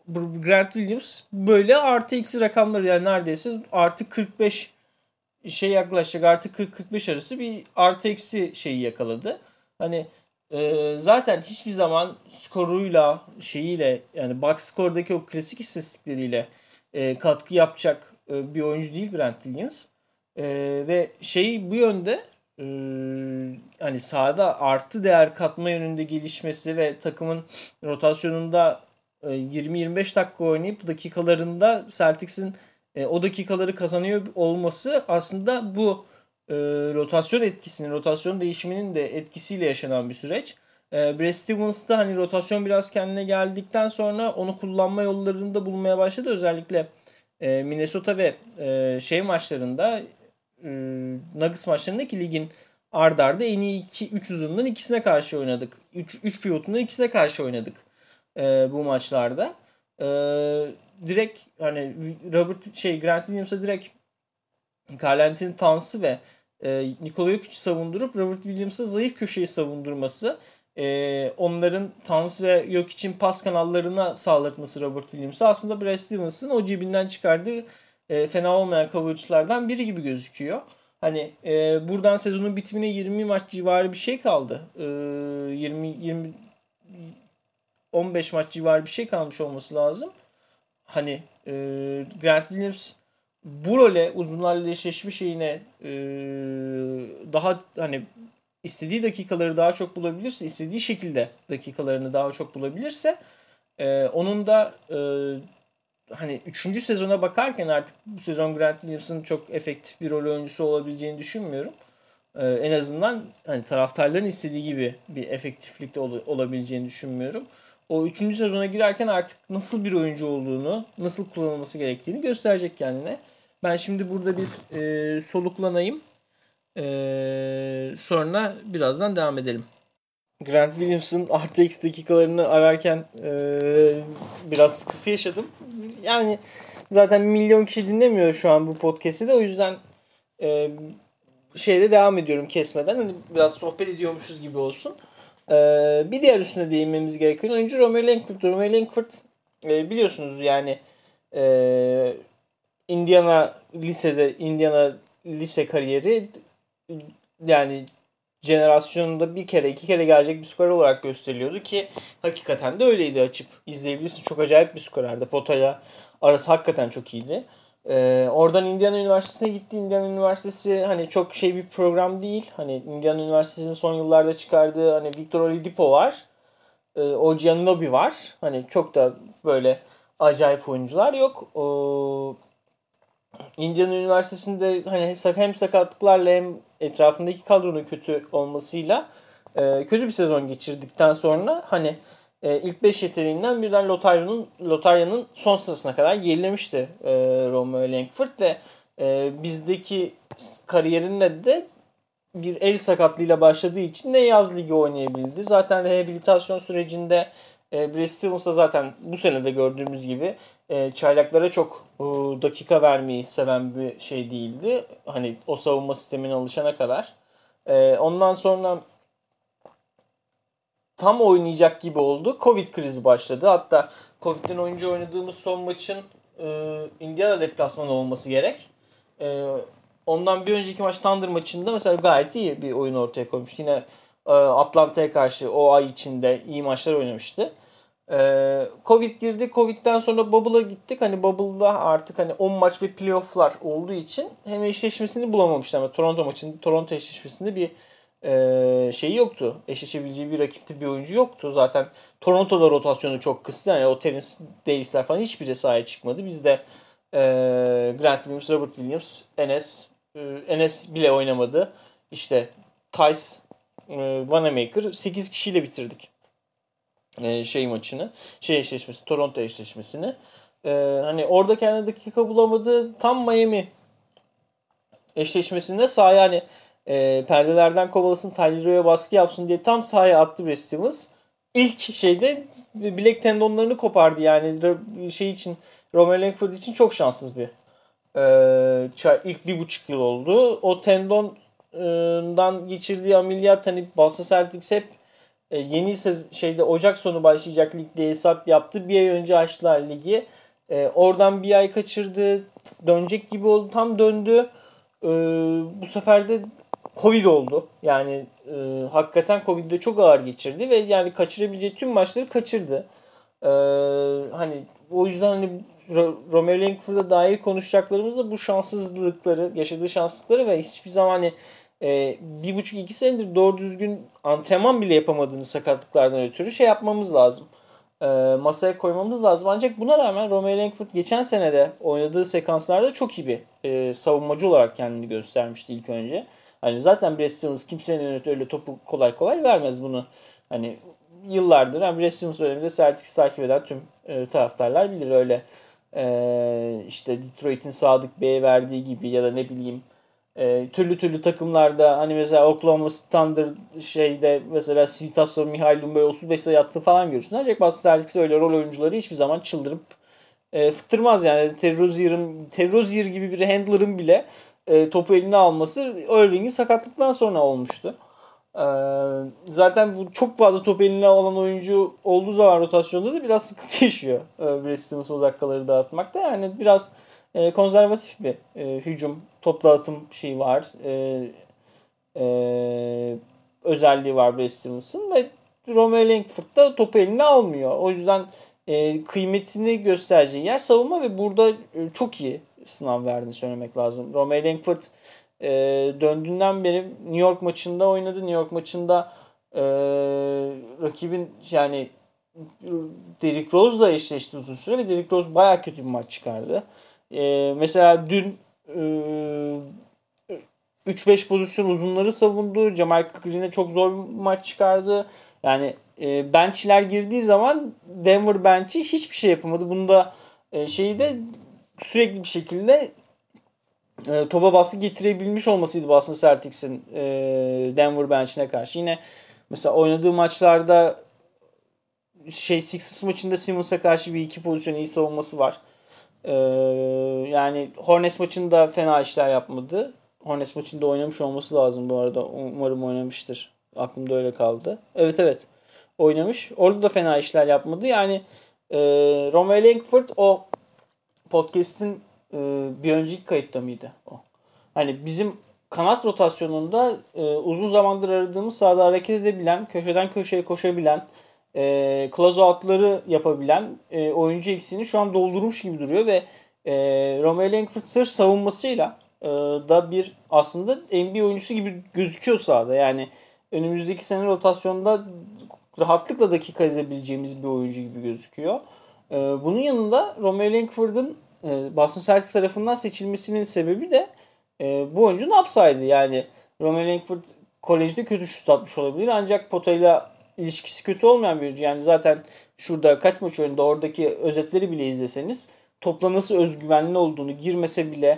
Grant Williams böyle artı eksi rakamları, yani neredeyse artı 45 yaklaşacak, artı 40-45 arası bir artı eksi şeyi yakaladı. Hani zaten hiçbir zaman skoruyla yani box score'daki o klasik istatistikleriyle katkı yapacak bir oyuncu değil Grant Williams. E, Ve bu yönde, e, hani sahada artı değer katma yönünde gelişmesi ve takımın rotasyonunda 20-25 dakika oynayıp dakikalarında Celtics'in o dakikaları kazanıyor olması aslında bu rotasyon değişiminin de etkisiyle yaşanan bir süreç. Brad Stevens da hani rotasyon biraz kendine geldikten sonra onu kullanma yollarını da bulmaya başladı. Özellikle Minnesota ve maçlarında, e, Nuggets maçlarında, ki ligin ard arda en iyi 3 uzundan ikisine karşı oynadık. 3 pivotundan ikisine karşı oynadık bu maçlarda. E, Direkt hani Grant Williams'a direkt Karl-Anthony Towns'ı ve Nikola Jokic'i savundurup Robert Williams'a zayıf köşeyi savundurması, onların Towns ve Jokic'in pas kanallarına sağlatması Robert Williams'a aslında Brad Stevens'ın o cebinden çıkardığı fena olmayan coverage'lardan biri gibi gözüküyor. Hani buradan sezonun bitimine 20 maç civarı bir şey kaldı. 20 15 maç civarı bir şey kalmış olması lazım. Hani Grant Williams bu role, uzunlarla eşleşme şeyine, daha hani istediği dakikaları daha çok bulabilirse, istediği şekilde dakikalarını daha çok bulabilirse, onun da hani 3. sezona bakarken artık bu sezon Grant Williams'ın çok efektif bir rol oyuncusu olabileceğini düşünmüyorum. En azından hani taraftarların istediği gibi bir efektiflikte olabileceğini düşünmüyorum. O 3. sezona girerken artık nasıl bir oyuncu olduğunu, nasıl kullanılması gerektiğini gösterecek kendine. Ben şimdi burada bir soluklanayım. Sonra birazdan devam edelim. Grant Williams'ın artı X dakikalarını ararken biraz sıkıntı yaşadım. Yani zaten 1 milyon kişi dinlemiyor şu an bu podcast'i de, o yüzden e, devam ediyorum kesmeden. Hani biraz sohbet ediyormuşuz gibi olsun. Bir diğer üstüne değinmemiz gereken oyuncu Romeo Langford. Romeo Langford, biliyorsunuz yani, e, Indiana lise kariyeri, yani jenerasyonunda bir kere iki kere gelecek bir skor olarak gösteriliyordu ki hakikaten de öyleydi. Açıp izleyebilirsin. Çok acayip bir skorerdi. Potayla arası hakikaten çok iyiydi. Oradan Indiana Üniversitesi'ne gitti. Indiana Üniversitesi hani çok bir program değil. Hani Indiana Üniversitesi'nin son yıllarda çıkardığı hani Victor Oladipo var. OG Anunoby var. Hani çok da böyle acayip oyuncular yok. Indiana Üniversitesi'nde hani hem sakatlıklarla hem etrafındaki kadronun kötü olmasıyla kötü bir sezon geçirdikten sonra hani ilk 5 yeteneğinden birden lotaryanın son sırasına kadar gerilemişti Romeo Langford ve bizdeki kariyerine de bir el sakatlığıyla başladığı için ne yaz ligi oynayabildi. Zaten rehabilitasyon sürecinde Brad Stevens da zaten bu sene de gördüğümüz gibi çaylaklara çok dakika vermeyi seven bir değildi. Hani o savunma sistemine alışana kadar. Ondan sonra tam oynayacak gibi oldu. Covid krizi başladı. Hatta Covid'den oyuncu oynadığımız son maçın Indiana deplasmanı olması gerek. Ondan bir önceki maç Thunder maçında mesela gayet iyi bir oyun ortaya koymuştu. Yine Atlanta'ya karşı o ay içinde iyi maçlar oynamıştı. Covid girdi. Covid'den sonra Bubble'a gittik. Hani Bubble'da artık hani 10 maç ve playoff'lar olduğu için hem eşleşmesini bulamamıştı ama Toronto eşleşmesinde bir yoktu. Eşleşebileceği bir rakipli bir oyuncu yoktu. Zaten Toronto'da rotasyonu çok kıstı. Yani o Terence Davis'ler falan hiçbiri sahaya çıkmadı. Bizde Grant Williams, Robert Williams, Enes bile oynamadı. İşte Tice, Wanamaker 8 kişiyle bitirdik maçını. Eşleşmesi, Toronto eşleşmesini. Hani orada kendi dakika bulamadı. Tam Miami eşleşmesinde sahaya hani perdelerden kovalasın, Tyler Hero'ya baskı yapsın diye tam sahaya attı Brad Stevens. İlk bilek tendonlarını kopardı, yani Romeo Langford için çok şanssız bir ilk 1,5 yıl oldu. O tendondan geçirdiği ameliyat, hani Boston Celtics hep Yeni Ocak sonu başlayacak lig diye hesap yaptı. Bir ay önce açtılar ligi. Oradan bir ay kaçırdı. Dönecek gibi oldu. Tam döndü. Bu sefer de Covid oldu. Yani hakikaten Covid'de çok ağır geçirdi ve yani kaçırabileceği tüm maçları kaçırdı. Hani o yüzden hani Romeo Langford'a dair konuşacaklarımız da bu şanssızlıkları, yaşadığı şanssızlıkları ve hiçbir zaman hani 1,5-2 senedir doğru düzgün antrenman bile yapamadığını sakatlıklardan ötürü şey yapmamız lazım. Masaya koymamız lazım. Ancak buna rağmen Romeo Langford geçen senede oynadığı sekanslarda çok iyi bir savunmacı olarak kendini göstermişti ilk önce. Hani zaten Brad Stevens kimsenin öyle topu kolay kolay vermez bunu. Hani yıllardır yani Brad Stevens döneminde Celtics'i takip eden tüm taraftarlar bilir öyle işte Detroit'in Sadık Bey'e verdiği gibi ya da ne bileyim türlü türlü takımlarda hani mesela Oklahoma Thunder şeyde mesela Svitasov Mihail'in böyle 35 sayı attığı falan görürsün. Ancak bazı Celtics öyle rol oyuncuları hiçbir zaman çıldırıp fıttırmaz yani. Terrozier gibi bir handler'ın bile topu eline alması Irving'in sakatlıktan sonra olmuştu. E, Zaten bu çok fazla top eline alan oyuncu olduğu zaman rotasyonda da biraz sıkıntı yaşıyor. Brad Stevens o dakikaları dağıtmakta. Yani biraz konservatif bir hücum, top dağıtım şeyi var. E, Özelliği var Brad Stevens'ın ve Romeo Langford da topu eline almıyor. O yüzden kıymetini göstereceği yer savunma ve burada çok iyi sınav verdiğini söylemek lazım. Romeo Langford döndüğünden beri New York maçında oynadı. New York maçında rakibin yani Derrick Rose'la eşleşti uzun süre ve Derrick Rose bayağı kötü bir maç çıkardı. Mesela dün 3-5 pozisyon uzunları savundu. Jamal Green'e çok zor bir maç çıkardı. Yani benchler girdiği zaman Denver bench'i hiçbir şey yapamadı. Bunda şeyi de sürekli bir şekilde topa baskı getirebilmiş olmasıydı Boston Celtics'in Denver bench'ine karşı. Yine mesela oynadığı maçlarda Sixers maçında Simmons'a karşı bir iki pozisyon iyi savunması var. Ee, Yani Hornets maçında fena işler yapmadı. Hornets maçında oynamış olması lazım bu arada. Umarım oynamıştır. Aklımda öyle kaldı. Evet, evet. Oynamış. Orada da fena işler yapmadı. Yani Romeo Langford o podcast'in bir önceki kayıtta mıydı o? Hani bizim kanat rotasyonunda uzun zamandır aradığımız sahada hareket edebilen, köşeden köşeye koşabilen, close-out'ları yapabilen oyuncu eksiğini şu an doldurmuş gibi duruyor ve Romeo Langford sırf savunmasıyla da bir aslında NBA oyuncusu gibi gözüküyor sahada. Yani önümüzdeki sene rotasyonda rahatlıkla dakika ezebileceğimiz bir oyuncu gibi gözüküyor. Bunun yanında Romeo Langford'un Boston Celtics tarafından seçilmesinin sebebi de bu oyuncunun upside'ı. Yani Romeo Langford kolejde kötü şut atmış olabilir ancak potayla ilişkisi kötü olmayan bir oyuncu. Yani zaten şurada kaç maç oynadı oradaki özetleri bile izleseniz topla nasıl özgüvenli olduğunu girmese bile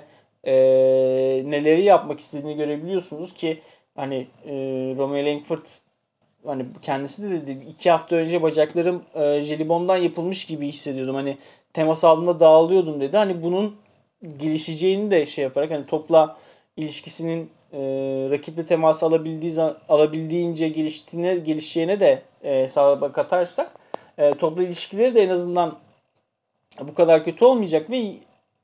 neleri yapmak istediğini görebiliyorsunuz ki hani Romeo Langford hani kendisi de dedi 2 hafta önce bacaklarım jelibondan yapılmış gibi hissediyordum. Hani temas aldığında dağılıyordum dedi. Hani bunun gelişeceğini de şey yaparak hani topla ilişkisinin rakiple temas alabildiğince gelişeceğine de hesaba katarsak topla ilişkileri de en azından bu kadar kötü olmayacak ve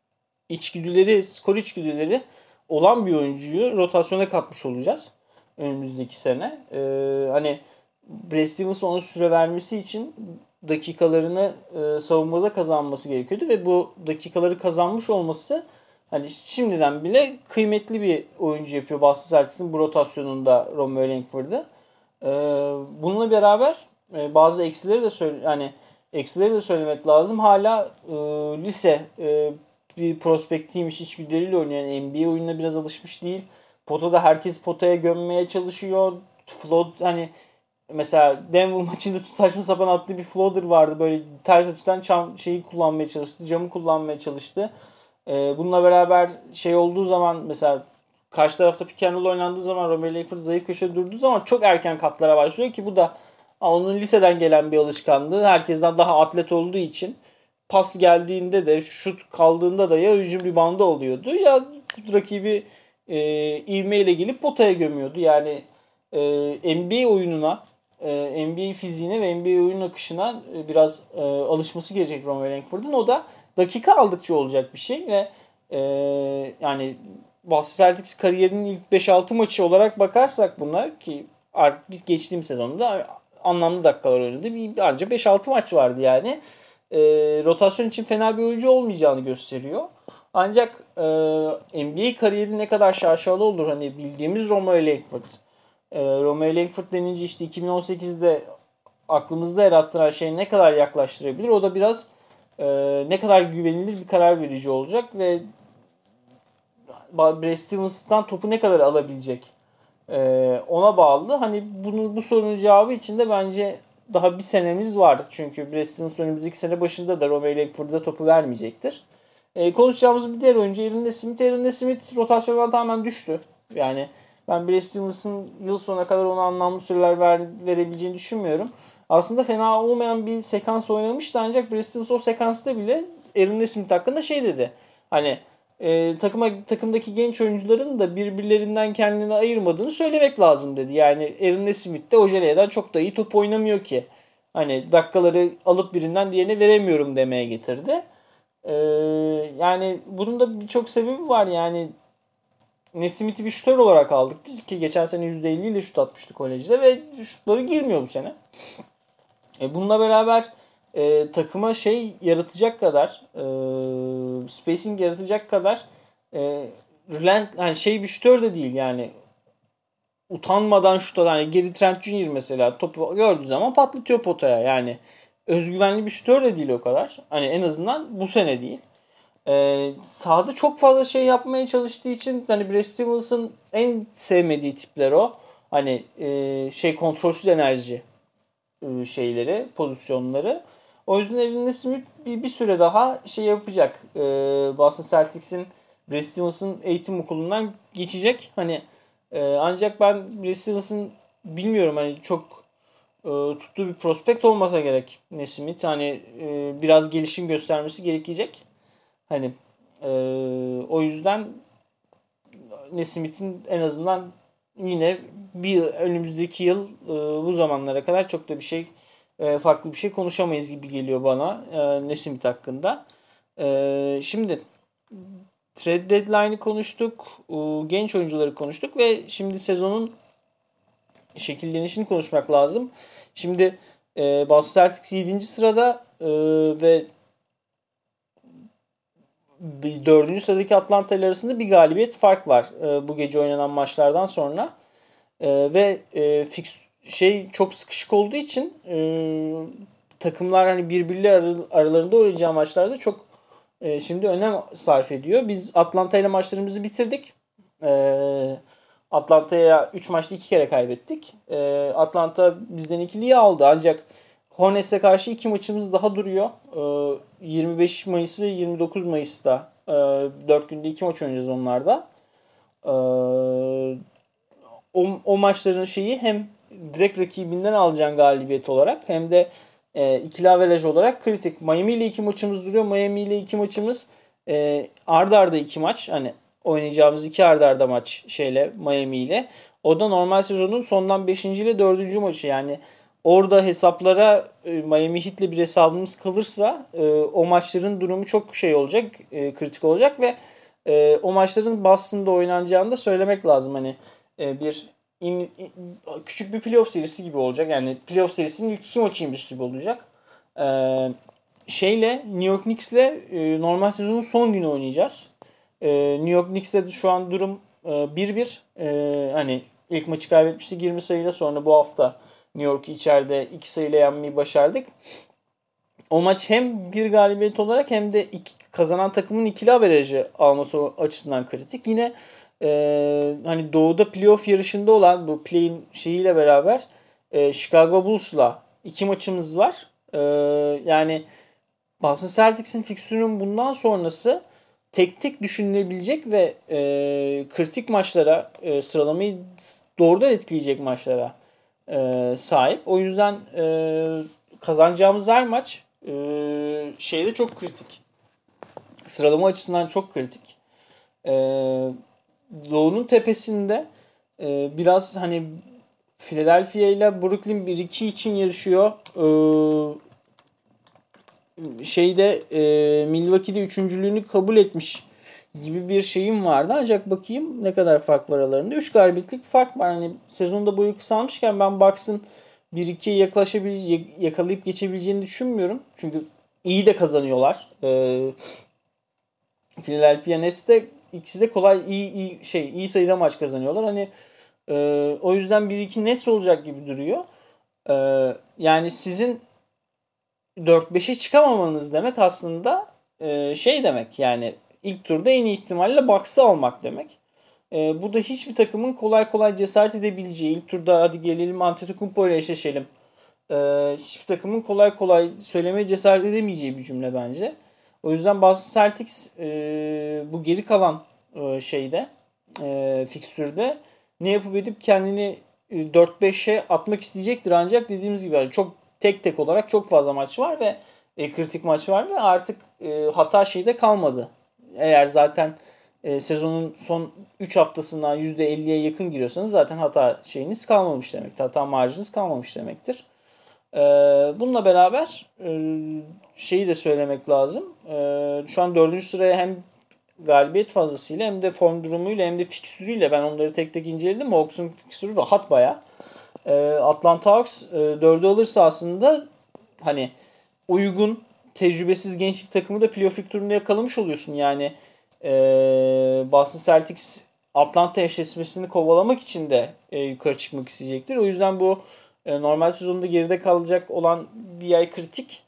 skor içgüdüleri olan bir oyuncuyu rotasyona katmış olacağız önümüzdeki sene. Hani Brad Stevens ona süre vermesi için dakikalarını savunmada kazanması gerekiyordu ve bu dakikaları kazanmış olması hani şimdiden bile kıymetli bir oyuncu yapıyor Boston Celtics'in bu rotasyonunda Romeo Langford'ı. Bununla beraber bazı eksileri de söylemek lazım. Hala lise bir prospektiymiş içgüdüleriyle oynayan NBA oyununa biraz alışmış değil. Potada herkes potaya gömmeye çalışıyor. Float hani mesela Denver maçında saçma sapan attığı bir floater vardı. Böyle ters açıdan şeyi kullanmaya çalıştı. Camı kullanmaya çalıştı. Bununla beraber şey olduğu zaman mesela karşı tarafta pick and roll oynandığı zaman Romeo Langford zayıf köşede durduğu zaman çok erken katlara başlıyor ki bu da onun liseden gelen bir alışkanlığı. Herkesten daha atlet olduğu için pas geldiğinde de şut kaldığında da ya hücum reboundu oluyordu ya rakibi ivmeyle gelip potaya gömüyordu. Yani NBA oyununa NBA fiziğine ve NBA oyun akışına biraz alışması gerekecek Romeo Langford'un. O da dakika aldıkça olacak bir şey ve yani Boston Celtics kariyerinin ilk 5-6 maçı olarak bakarsak bunlar ki biz geçtiğim sezonda anlamlı dakikalar oynadı. Ancak 5-6 maç vardı yani. Rotasyon için fena bir oyuncu olmayacağını gösteriyor. Ancak NBA kariyeri ne kadar şaşalı olur hani bildiğimiz Romeo Langford. Romeo Langford denince işte 2018'de aklımızda yarattıran şey ne kadar yaklaştırabilir? O da biraz ne kadar güvenilir bir karar verici olacak ve Brad Stevens'tan topu ne kadar alabilecek ona bağlı. Hani bu sorunun cevabı için de bence daha bir senemiz var. Çünkü Brad Stevens önümüzdeki sene başında da Romeo Langford'a topu vermeyecektir. Konuşacağımız bir diğer oyuncu Aaron Smith. Aaron Smith rotasyondan tamamen düştü. Yani ben Brad Stevens'ın yıl sonuna kadar ona anlamlı süreler verebileceğini düşünmüyorum. Aslında fena olmayan bir sekans oynamıştı ancak Brad Stevens o sekansta bile Aaron Smith hakkında şey dedi. Hani takımdaki genç oyuncuların da birbirlerinden kendini ayırmadığını söylemek lazım dedi. Yani Aaron Smith de Ojeley'den çok da iyi top oynamıyor ki. Hani dakikaları alıp birinden diğerine veremiyorum demeye getirdi. Ee, Yani bunun da birçok sebebi var. Yani Nesmith'i bir şutör olarak aldık biz ki geçen sene %50 ile şut atmıştı kolejde ve şutları girmiyor bu sene. Bununla beraber takıma şey yaratacak kadar spacing yaratacak kadar yani şey bir şutör de değil yani utanmadan şut atan yani Gary Trent Jr. mesela topu gördüğü zaman patlatıyor potaya yani özgüvenli bir şutör de değil o kadar. Hani en azından bu sene değil. Sahada çok fazla şey yapmaya çalıştığı için hani Brad Stevens'ın en sevmediği tipler o. Hani şey kontrolsüz enerji şeyleri, pozisyonları. O yüzden Aaron Smith bir süre daha şey yapacak. Boston Celtics'in Brad Stevens'ın eğitim okulundan geçecek. Hani ancak ben Brad Stevens'ın bilmiyorum hani çok tuttuğu bir prospekt olmasa gerek Nesmith. Hani biraz gelişim göstermesi gerekecek. Hani e, o yüzden Nesmith'in en azından yine bir önümüzdeki yıl bu zamanlara kadar çok da bir şey farklı bir şey konuşamayız gibi geliyor bana Nesmith hakkında. Şimdi trade deadline'ı konuştuk, genç oyuncuları konuştuk ve şimdi sezonun şekillenişini konuşmak lazım. Şimdi Boston Celtics 7. sırada ve dördüncü sıradaki Atlanta ile arasında bir galibiyet fark var bu gece oynanan maçlardan sonra. Ve şey çok sıkışık olduğu için takımlar hani birbirleri aralarında oynayacağı maçlarda çok şimdi önem sarf ediyor. Biz Atlanta ile maçlarımızı bitirdik. Atlanta'ya 3 maçta 2 kere kaybettik. Atlanta bizden ikiliyi aldı ancak Hornets'e karşı 2 maçımız daha duruyor. 25 Mayıs ve 29 Mayıs'ta 4 günde 2 maç oynayacağız onlarda. O maçların şeyi hem direkt rakibinden alacağın galibiyet olarak hem de ikili averaj olarak kritik. Miami ile 2 maçımız duruyor. Miami ile 2 maçımız arda arda 2 maç. Hani oynayacağımız 2 arda arda maç şeyle Miami ile. O da normal sezonun sondan 5. ile 4. maçı. Yani orada hesaplara Miami Heat'le bir hesabımız kalırsa o maçların durumu çok şey olacak, kritik olacak ve o maçların Boston'da oynanacağını da söylemek lazım. Hani bir küçük bir playoff serisi gibi olacak. Yani playoff serisinin ilk 2 maçıymış gibi olacak. New York Knicks'le normal sezonun son günü oynayacağız. New York Knicks'te de şu an durum 1-1. Hani ilk maçı kaybetmiştik 20 sayıyla, sonra bu hafta New York'u içeride 2 sayıyla yenmeyi başardık. O maç hem bir galibiyet olarak hem de kazanan takımın ikili averajı alması açısından kritik. Yine hani doğuda playoff yarışında olan bu play-in şeyiyle beraber Chicago Bulls'la 2 maçımız var. Yani Boston Celtics'in fikstürünün bundan sonrası tek tek düşünülebilecek ve kritik maçlara sıralamayı doğrudan etkileyecek maçlara sahip. O yüzden kazanacağımız her maç şeyde çok kritik. Sıralama açısından çok kritik. Doğu'nun tepesinde biraz hani Philadelphia ile Brooklyn 1-2 için yarışıyor. Milwaukee'de üçüncülüğünü kabul etmiş gibi bir şeyim vardı. Ancak bakayım ne kadar fark var aralarında. 3 galibiyetlik fark var. Hani sezonda boyu kısalmışken ben Bucks'ın 1-2'ye yakalayıp geçebileceğini düşünmüyorum. Çünkü iyi de kazanıyorlar. Philadelphia Nets de ikisi de kolay iyi sayıda maç kazanıyorlar. Hani o yüzden 1-2 Nets olacak gibi duruyor. Yani sizin 4-5'e çıkamamanız demek aslında demek, yani ilk turda en iyi ihtimalle Bucks'ı almak demek. Bu da hiçbir takımın kolay kolay cesaret edebileceği, ilk turda hadi gelelim Antetokounmpo ile eşleşelim. Hiçbir takımın kolay kolay söylemeye cesaret edemeyeceği bir cümle bence. O yüzden Boston Celtics bu geri kalan fikstürde ne yapıp edip kendini 4-5'e atmak isteyecektir, ancak dediğimiz gibi yani çok tek tek olarak çok fazla maç var ve kritik maç var ve artık hata şeyde kalmadı. Eğer zaten sezonun son 3 haftasından %50'ye yakın giriyorsanız zaten hata şeyiniz kalmamış demektir. Hata marjınız kalmamış demektir. Bununla beraber şeyi de söylemek lazım. Şu an 4. sıraya hem galibiyet fazlasıyla hem de form durumuyla hem de fikstürüyle ben onları tek tek inceledim. Hawks'un fikstürü rahat bayağı. Atlanta Hawks 4'ü alırsa aslında hani uygun, tecrübesiz gençlik takımı da playoff ilk turunda yakalamış oluyorsun. Yani Boston Celtics Atlanta eşleşmesini kovalamak için de yukarı çıkmak isteyecektir. O yüzden bu normal sezonda geride kalacak olan bir ay kritik.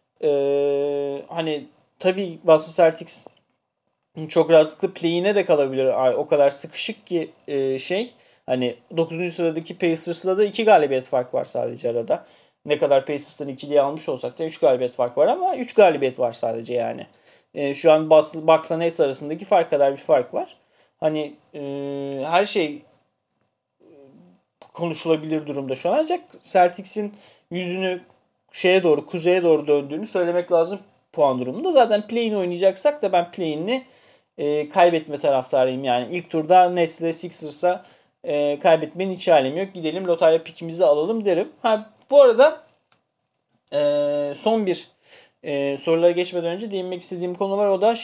Hani tabii Boston Celtics çok rahatlıkla play-in'e de kalabilir. O kadar sıkışık ki hani 9. sıradaki Pacers'la da 2 galibiyet fark var sadece arada. Ne kadar Pacers'tan ikiliyi almış olsak da 3 galibiyet fark var ama 3 galibiyet var sadece yani. Şu an Bucks'la Nets arasındaki fark kadar bir fark var. Hani her şey konuşulabilir durumda şu an, ancak Celtics'in yüzünü kuzeye doğru döndüğünü söylemek lazım puan durumunda. Zaten play-in oynayacaksak da ben play-in'i kaybetme taraftarıyım. Yani ilk turda Nets ile Sixers'a kaybetmenin hiç alemi yok. Gidelim lotarya pikimizi alalım derim. Bu arada son bir sorulara geçmeden önce değinmek istediğim konu var. O da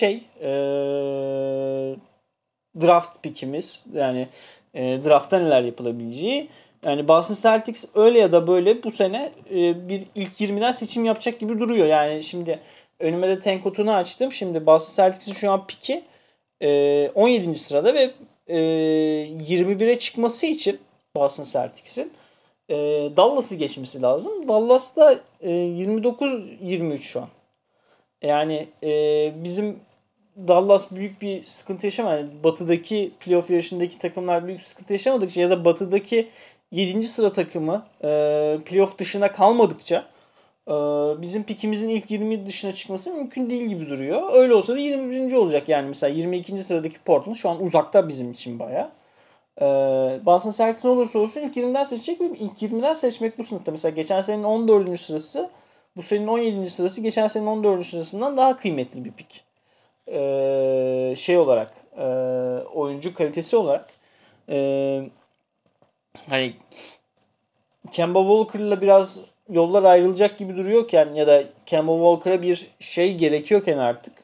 draft pikimiz. Yani draftta neler yapılabileceği. Yani Boston Celtics öyle ya da böyle bu sene bir ilk 20'den seçim yapacak gibi duruyor. Yani şimdi önüme de Tenkot'unu açtım. Şimdi Boston Celtics'in şu an piki 17. sırada ve 21'e çıkması için Boston Celtics'in Dallas'ı geçmesi lazım. Dallas da 29-23 şu an. Yani bizim Dallas büyük bir sıkıntı yaşamadı. Yani batıdaki playoff yarışındaki takımlar büyük bir sıkıntı yaşamadıkça ya da batıdaki 7. sıra takımı playoff dışına kalmadıkça bizim pikimizin ilk 20 dışına çıkması mümkün değil gibi duruyor. Öyle olsa da 21. olacak. Yani mesela 22. sıradaki Portland şu an uzakta bizim için bayağı. Boston Celtics ne olursa olsun ilk 20'den seçecek ve ilk 20'den seçmek bu sınıfta. Mesela geçen senenin 14. sırası, bu senenin 17. sırası geçen senenin 14. sırasından daha kıymetli bir pik. Olarak oyuncu kalitesi olarak hani Kemba Walker'la biraz yollar ayrılacak gibi duruyorken ya da Kemba Walker'a bir şey gerekiyorken artık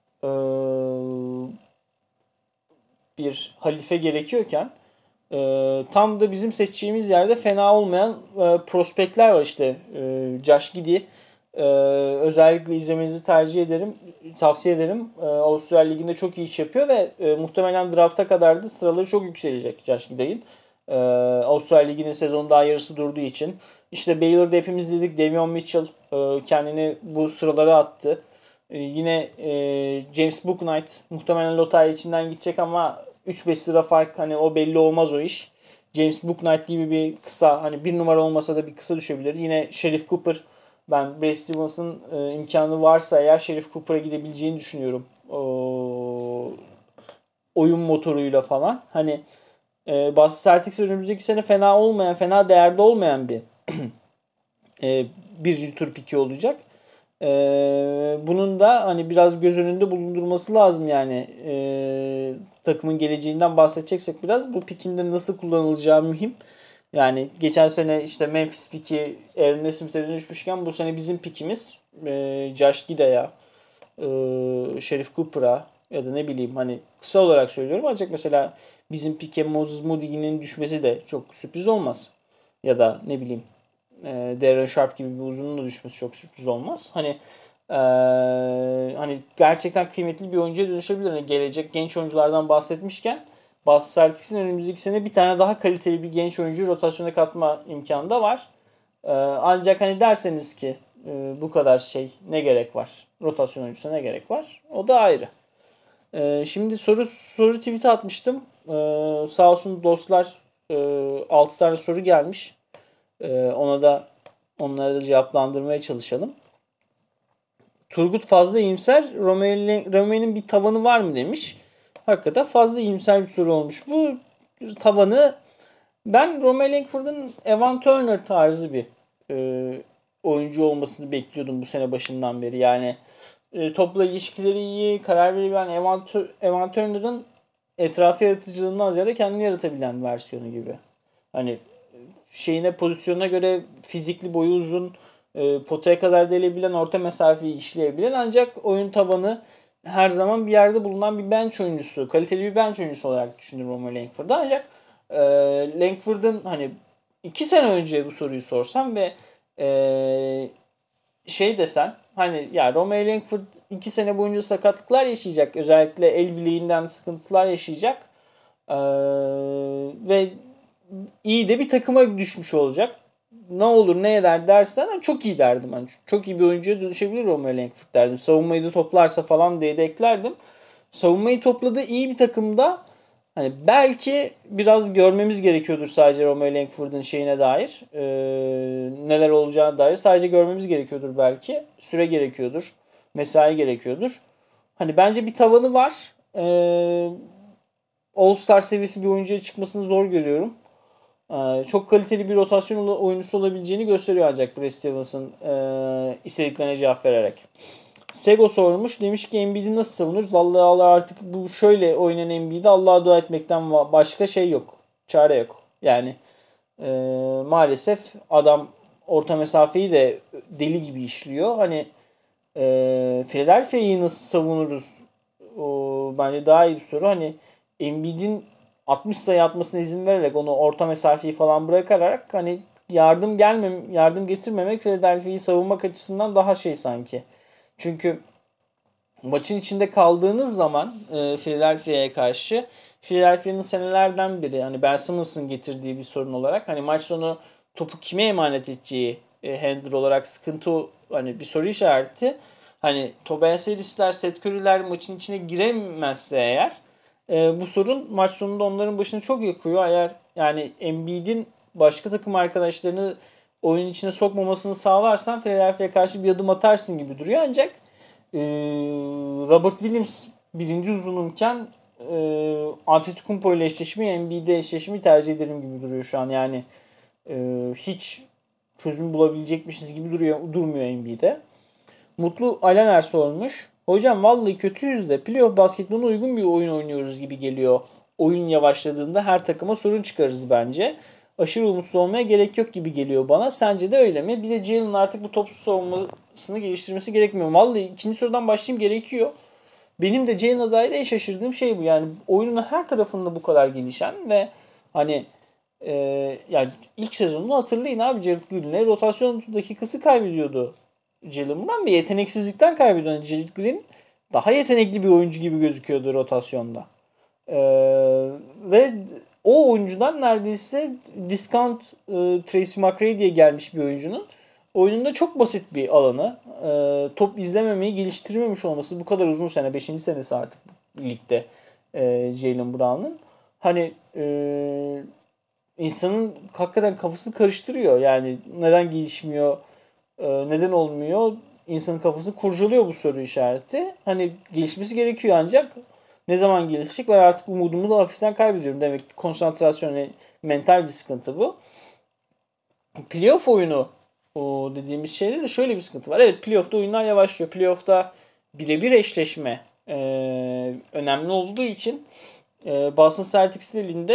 bir halife gerekiyorken tam da bizim seçeceğimiz yerde fena olmayan prospektler var işte. Josh Giddey özellikle izlemenizi tavsiye ederim. Avustralya Ligi'nde çok iyi iş yapıyor ve muhtemelen drafta kadar da sıraları çok yükselecek Josh Giddey'in. Avustralya Ligi'nin sezonu daha yarısı durduğu için. İşte Baylor'da hepimiz dedik, Davion Mitchell kendini bu sıralara attı. Yine James Bouknight muhtemelen lotarya içinden gidecek ama 3-5 sıra fark, hani o belli olmaz o iş. James Bouknight gibi bir kısa, hani bir numara olmasa da bir kısa düşebilir. Yine Sheriff Cooper, ben Brad Stevens'ın imkanı varsa eğer Sheriff Cooper'a gidebileceğini düşünüyorum. Oyun motoruyla falan. Hani Boston Celtics önümüzdeki sene fena değerde olmayan bir tur piki olacak. Bunun da hani biraz göz önünde bulundurması lazım yani. Takımın geleceğinden bahsedeceksek biraz bu pikinde nasıl kullanılacağı mühim. Yani geçen sene işte Memphis piki Aaron Smith'e dönüşmüşken bu sene bizim pikimiz Josh Giddey'a, Sheriff Cooper'a ya da ne bileyim hani kısa olarak söylüyorum ancak mesela bizim pike Moses Moody'nin düşmesi de çok sürpriz olmaz. Ya da ne bileyim Darren Sharp gibi bir uzunun da düşmesi çok sürpriz olmaz. E, hani gerçekten kıymetli bir oyuncuya dönüşebilir. Hani gelecek genç oyunculardan bahsetmişken Boston Celtics'in önümüzdeki sene bir tane daha kaliteli bir genç oyuncuyu rotasyona katma imkanı da var. Ancak hani derseniz ki bu kadar şey ne gerek var? Rotasyon oyuncusuna ne gerek var? O da ayrı. Şimdi soru tweet'e atmıştım. Sağ olsun dostlar 6 tane soru gelmiş. Ona da onları da cevaplandırmaya çalışalım. Turgut fazla iyimser. Romeo'nun bir tavanı var mı demiş. Hakikaten fazla iyimser bir soru olmuş. Bu tavanı ben Romeo Langford'un Evan Turner tarzı bir e, oyuncu olmasını bekliyordum bu sene başından beri. Yani topla ilişkileri iyi, karar verebilen Evan Turner'ın etrafı yaratıcılığından ziyade kendini yaratabilen versiyonu gibi. Hani pozisyonuna göre fizikli boyu uzun, potaya kadar delebilen, orta mesafeyi işleyebilen ancak oyun tavanı her zaman bir yerde bulunan bir bench oyuncusu, kaliteli bir bench oyuncusu olarak düşünüyorum Romeo Langford'u. Ancak e, Langford'un hani 2 sene önce bu soruyu sorsam ve desen hani ya Romeo Langford 2 sene boyunca sakatlıklar yaşayacak. Özellikle el bileğinden sıkıntılar yaşayacak. Ee, ve iyi de bir takıma düşmüş olacak. Ne olur ne eder dersen çok iyi derdim. Hani çok iyi bir oyuncuya dönüşebilir Romeo Langford derdim. Savunmayı da toplarsa falan diye de eklerdim. Savunmayı topladığı iyi bir takımda hani belki biraz görmemiz gerekiyordur sadece Romeo Langford'un şeyine dair. Neler olacağına dair. Sadece görmemiz gerekiyordur belki. Süre gerekiyordur. Mesai gerekiyordur. Hani bence bir tavanı var. All-Star seviyesi bir oyuncuya çıkmasını zor görüyorum. Çok kaliteli bir rotasyon oyuncusu olabileceğini gösteriyor ancak Brad Stevens'ın istediklerine cevap vererek. Sego sormuş. Demiş ki Embiid'i nasıl savunuruz? Vallahi Allah artık bu şöyle oynayan Embiid'e Allah'a dua etmekten başka şey yok. Çare yok. Yani e, maalesef adam orta mesafeyi de deli gibi işliyor. Hani Philadelphia'yı nasıl savunuruz? Bence daha iyi bir soru. Hani Embiid'in 60 sayı atmasına izin vererek onu orta mesafeyi falan bırakarak hani yardım getirmemek Philadelphia'yı savunmak açısından daha şey sanki. Çünkü maçın içinde kaldığınız zaman Philadelphia'ya karşı Philadelphia'nın senelerden beri hani Ben Simmons'ın getirdiği bir sorun olarak hani maç sonu topu kime emanet edeceği handler olarak sıkıntı hani bir soru işareti. Hani Tobias Harris'ler, Seth Curry'ler maçın içine giremezse eğer bu sorun maç sonunda onların başını çok yakıyor. Eğer yani Embiid'in başka takım arkadaşlarını oyun içine sokmamasını sağlarsan Philadelphia'ya karşı bir adım atarsın gibi duruyor ancak Robert Williams birinci uzunumken Antetokounmpo ile eşleşmeyi Embiid'le eşleşmeyi tercih ederim gibi duruyor şu an. Yani hiç çözüm bulabilecekmişiz gibi durmuyor Embiid'e. Mutlu Alener sormuş. Hocam vallahi kötüyüz de playoff basketboluna uygun bir oyun oynuyoruz gibi geliyor. Oyun yavaşladığında her takıma sorun çıkarırız bence. Aşırı umutsuz olmaya gerek yok gibi geliyor bana. Sence de öyle mi? Bir de Jalen artık bu topsuz savunmasını geliştirmesi gerekmiyor mu? Vallahi ikinci sorudan başlayayım gerekiyor. Benim de Jalen'a dair en şaşırdığım şey bu. Yani oyunun her tarafında bu kadar gelişen ve hani e, yani ilk sezonunu hatırlayın abi Jared Green'le rotasyon dakikası kaybediyordu Jalen Brown ve yeteneksizlikten kaybediyor. Yani Jared Green daha yetenekli bir oyuncu gibi gözüküyordu rotasyonda. Ve o oyuncudan neredeyse discount Tracy McGrady diye gelmiş bir oyuncunun oyununda çok basit bir alanı top izlememeyi geliştirmemiş olması bu kadar uzun sene 5. senesi artık ligde Jaylen Brown'un hani insanın hakikaten kafasını karıştırıyor yani neden gelişmiyor neden olmuyor insanın kafasını kurcalıyor bu soru işareti hani gelişmesi gerekiyor ancak ne zaman gelişecek ben artık umudumu da hafiften kaybediyorum demek ki konsantrasyon mental bir sıkıntı bu. Playoff oyunu o dediğimiz şeyde de şöyle bir sıkıntı var. Evet playoff'ta oyunlar yavaşlıyor. Playoff'ta birebir eşleşme önemli olduğu için Boston Celtics'in elinde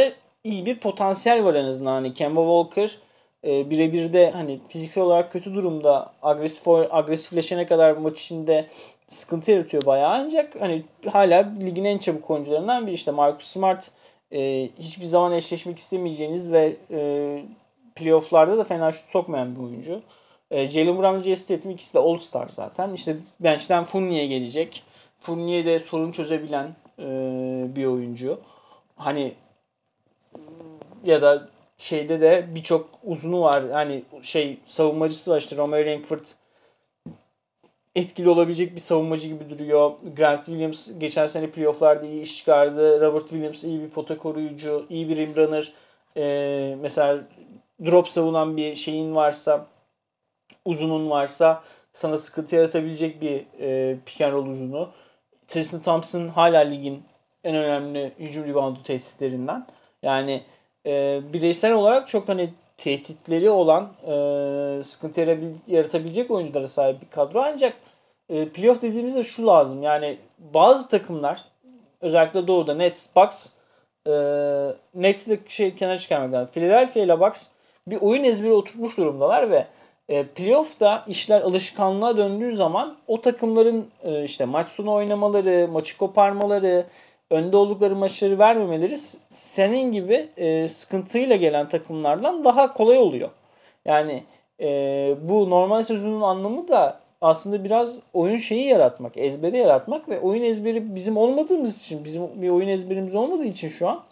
iyi bir potansiyel var en azından. Hani Kemba Walker birebir de hani fiziksel olarak kötü durumda, agresifleşene kadar maç içinde sıkıntı yaratıyor bayağı, ancak hani hala ligin en çabuk oyuncularından biri. İşte Marcus Smart hiçbir zaman eşleşmek istemeyeceğiniz ve playoff'larda da fena şut sokmayan bir oyuncu. Jalen Brown ve Jason Tatum ikisi de All-Star zaten. İşte bench'ten Fournier gelecek. Fournier de sorun çözebilen bir oyuncu. Hani ya da şeyde de birçok uzunu var. Hani savunmacısı var, işte Romeo Langford etkili olabilecek bir savunmacı gibi duruyor. Grant Williams geçen sene playofflarda iyi iş çıkardı. Robert Williams iyi bir pota koruyucu, iyi bir rim runner. Mesela drop savunan bir şeyin varsa, uzunun varsa sana sıkıntı yaratabilecek bir pick and roll uzunu. Tristan Thompson hala ligin en önemli hücum reboundu tehditlerinden. Yani bireysel olarak çok hani tehditleri olan, sıkıntı yaratabilecek oyunculara sahip bir kadro. Ancak playoff dediğimizde şu lazım. Yani bazı takımlar, özellikle doğuda Nets, Bucks, Nets'i de kenara çıkarmak lazım. Philadelphia ile Bucks bir oyun ezberi oturmuş durumdalar ve playoff'ta işler alışkanlığa döndüğü zaman o takımların işte maç sonu oynamaları, maçı koparmaları, önde oldukları maçları vermemeleri senin gibi sıkıntıyla gelen takımlardan daha kolay oluyor. Yani bu normal sezonun anlamı da aslında biraz oyun şeyi yaratmak, ezberi yaratmak ve oyun ezberi bizim olmadığımız için, bizim bir oyun ezberimiz olmadığı için şu an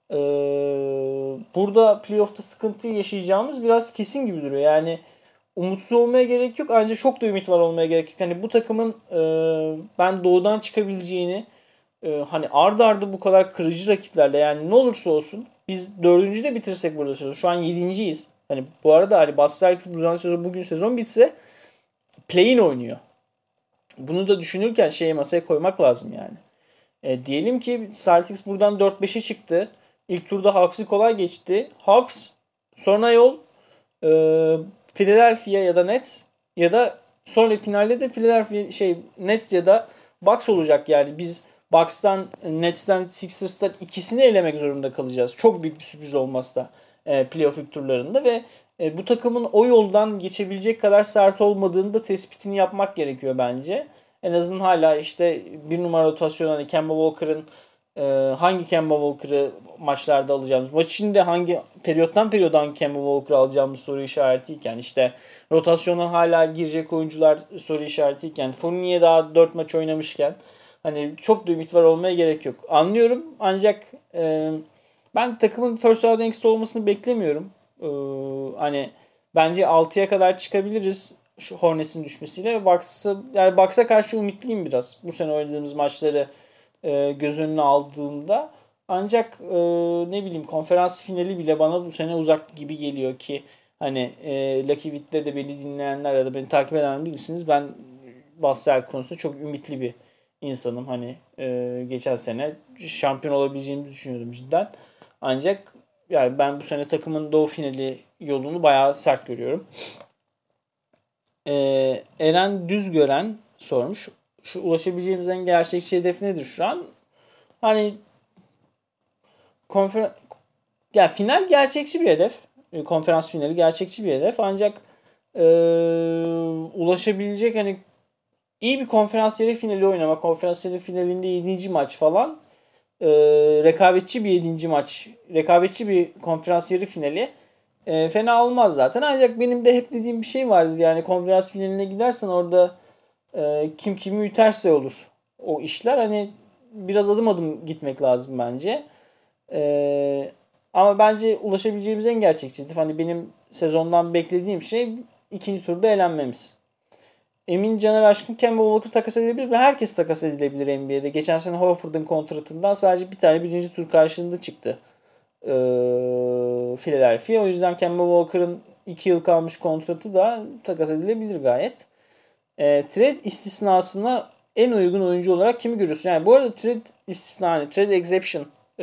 burada playoff'ta sıkıntı yaşayacağımız biraz kesin gibi duruyor. Yani umutsuz olmaya gerek yok, ancak çok da ümit var olmaya gerek yok. Hani bu takımın ben doğudan çıkabileceğini, hani ardı ardı bu kadar kırıcı rakiplerle, yani ne olursa olsun biz dördüncü de bitirsek burada sezon. Şu an yedinciyiz. Hani bu arada hani Boston Celtics bugün sezon bitse play-in oynuyor. Bunu da düşünürken masaya koymak lazım yani. Diyelim ki Celtics buradan 4-5'e çıktı. İlk turda Hawks'ı kolay geçti. Hawks sonra yol e, Philadelphia ya da Nets, ya da sonra finalde de Philadelphia Nets ya da Bucks olacak. Yani biz Bucks'tan, Nets'ten, Sixers'tan ikisini elemek zorunda kalacağız. Çok büyük bir sürpriz olmazsa playoff ilk turlarında ve bu takımın o yoldan geçebilecek kadar sert olmadığını da tespitini yapmak gerekiyor bence. En azından hala işte bir numara rotasyon, hani Kemba Walker'ın hangi Kemba Walker'ı maçlarda alacağımız, maç içinde hangi periyottan periyoda hangi Kemba Walker'ı alacağımız soru işaretiyken, işte rotasyona hala girecek oyuncular soru işaretiyken, Fournier daha 4 maç oynamışken hani çok da ümit var olmaya gerek yok. Anlıyorum, ancak ben takımın first round exit olmasını beklemiyorum. Hani bence 6'ya kadar çıkabiliriz şu Hornets'in düşmesiyle. Bucks'a karşı ümitliyim biraz. Bu sene oynadığımız maçları göz önüne aldığımda. Ancak ne bileyim, konferans finali bile bana bu sene uzak gibi geliyor ki hani Lucky Witt'te de beni dinleyenler ya da beni takip edenler bilirsiniz. Ben Boston konusunda çok ümitli bir insanım. Hani geçen sene şampiyon olabileceğimizi düşünüyordum cidden. Ancak yani ben bu sene takımın doğu finali yolunu bayağı sert görüyorum. Eren Düzgören sormuş. Şu ulaşabileceğimiz en gerçekçi hedef nedir şu an? Hani konfer yani final gerçekçi bir hedef. Konferans finali gerçekçi bir hedef. Ancak e, ulaşabilecek hani iyi bir konferans yarı finali oynamak, konferans yarı finalinde 7. maç falan, rekabetçi bir 7. maç, rekabetçi bir konferans yarı finali fena olmaz zaten. Ancak benim de hep dediğim bir şey vardır. Yani konferans finaline gidersen orada kim kimi üterse olur o işler. Hani biraz adım adım gitmek lazım bence. Ama bence ulaşabileceğimiz en gerçekçi hedef, hani benim sezondan beklediğim şey ikinci turda elenmemiz. Emin Caner Aşkın Kemba Walker takas edilebilir mi? Herkes takas edilebilir NBA'de. Geçen sene Horford'un kontratından sadece bir tane birinci tur karşılığında çıktı Philadelphia. O yüzden Kemba Walker'ın 2 yıl kalmış kontratı da takas edilebilir gayet. Trade istisnasına en uygun oyuncu olarak kimi görüyorsun? Yani bu arada trade istisna, hani trade exception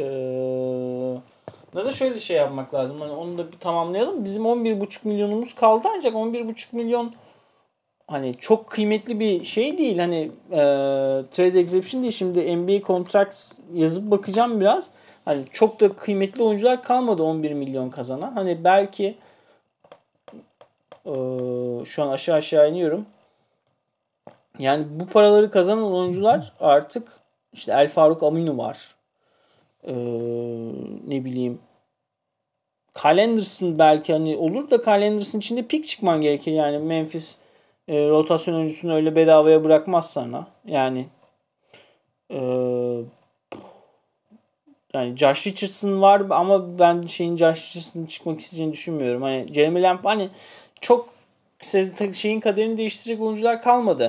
da şöyle şey yapmak lazım. Hani onu da bir tamamlayalım. Bizim 11,5 milyonumuz kaldı, ancak 11,5 milyon hani çok kıymetli bir şey değil. Hani trade exception değil. Şimdi NBA contracts yazıp bakacağım biraz. Hani çok da kıymetli oyuncular kalmadı 11 milyon kazanan. Hani belki şu an aşağı iniyorum. Yani bu paraları kazanan oyuncular artık işte El Faruk Aminu var. Ne bileyim Kyle Anderson belki hani olur da Kyle Anderson içinde pik çıkman gerekir. Yani Memphis rotasyon oyuncusunu öyle bedavaya bırakmaz sana. E, yani Josh Richardson var ama ben Josh Richardson'ın çıkmak isteyeceğini düşünmüyorum. Hani Jeremy Lamb hani çok şeyin kaderini değiştirecek oyuncular kalmadı.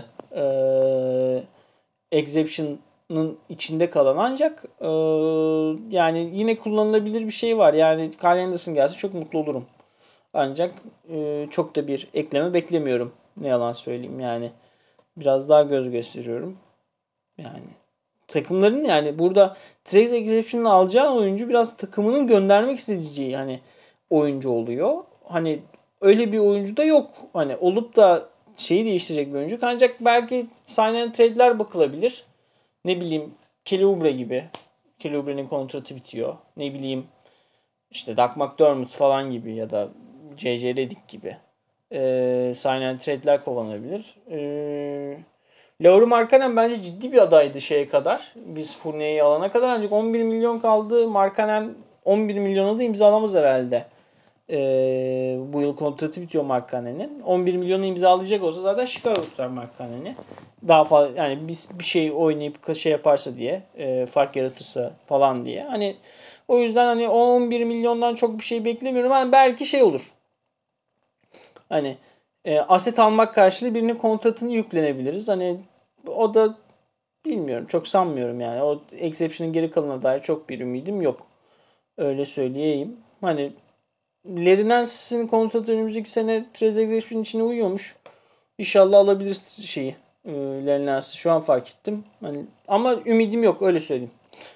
Exception'ın içinde kalan ancak yani yine kullanılabilir bir şey var. Yani Kyle Anderson gelse çok mutlu olurum. Ancak çok da bir ekleme beklemiyorum. Ne yalan söyleyeyim yani. Biraz daha göz gösteriyorum. Yani takımların yani burada Trade Exception'ını alacağı oyuncu biraz takımının göndermek isteyeceği hani oyuncu oluyor. Hani öyle bir oyuncu da yok. Hani olup da şeyi değiştirecek bir oyuncu. Ancak belki sign and trade'ler bakılabilir. Ne bileyim Kelly Oubre gibi. Kelly Oubre'nin kontratı bitiyor. Ne bileyim işte Doug McDermott falan gibi ya da J.J. Redick gibi. Sign and trade'ler kullanılabilir. Lauri Markkanen bence ciddi bir adaydı şeye kadar. Biz Fournier'i alana kadar ancak 11 milyon kaldı. Markkanen 11 milyonu da imzalamaz herhalde. Bu yıl kontratı bitiyor Markkanen'in. 11 milyonu imzalayacak olsa zaten Chicago tutar Markkanen'i. Daha fazla yani bir şey oynayıp şey yaparsa diye, fark yaratırsa falan diye. Hani o yüzden hani 11 milyondan çok bir şey beklemiyorum. Hani belki şey olur. Hani aset almak karşılığı birinin kontratını yüklenebiliriz. Hani o da bilmiyorum. Çok sanmıyorum yani. O exception'ın geri kalanına dair çok bir ümidim yok. Öyle söyleyeyim. Hani Larry Nance'in kontratı önümüzdeki sene Trezeguet'in içine uyuyormuş. İnşallah alabiliriz şeyi. Larry Nance'i şu an fark ettim. Hani, ama ümidim yok öyle söyleyeyim.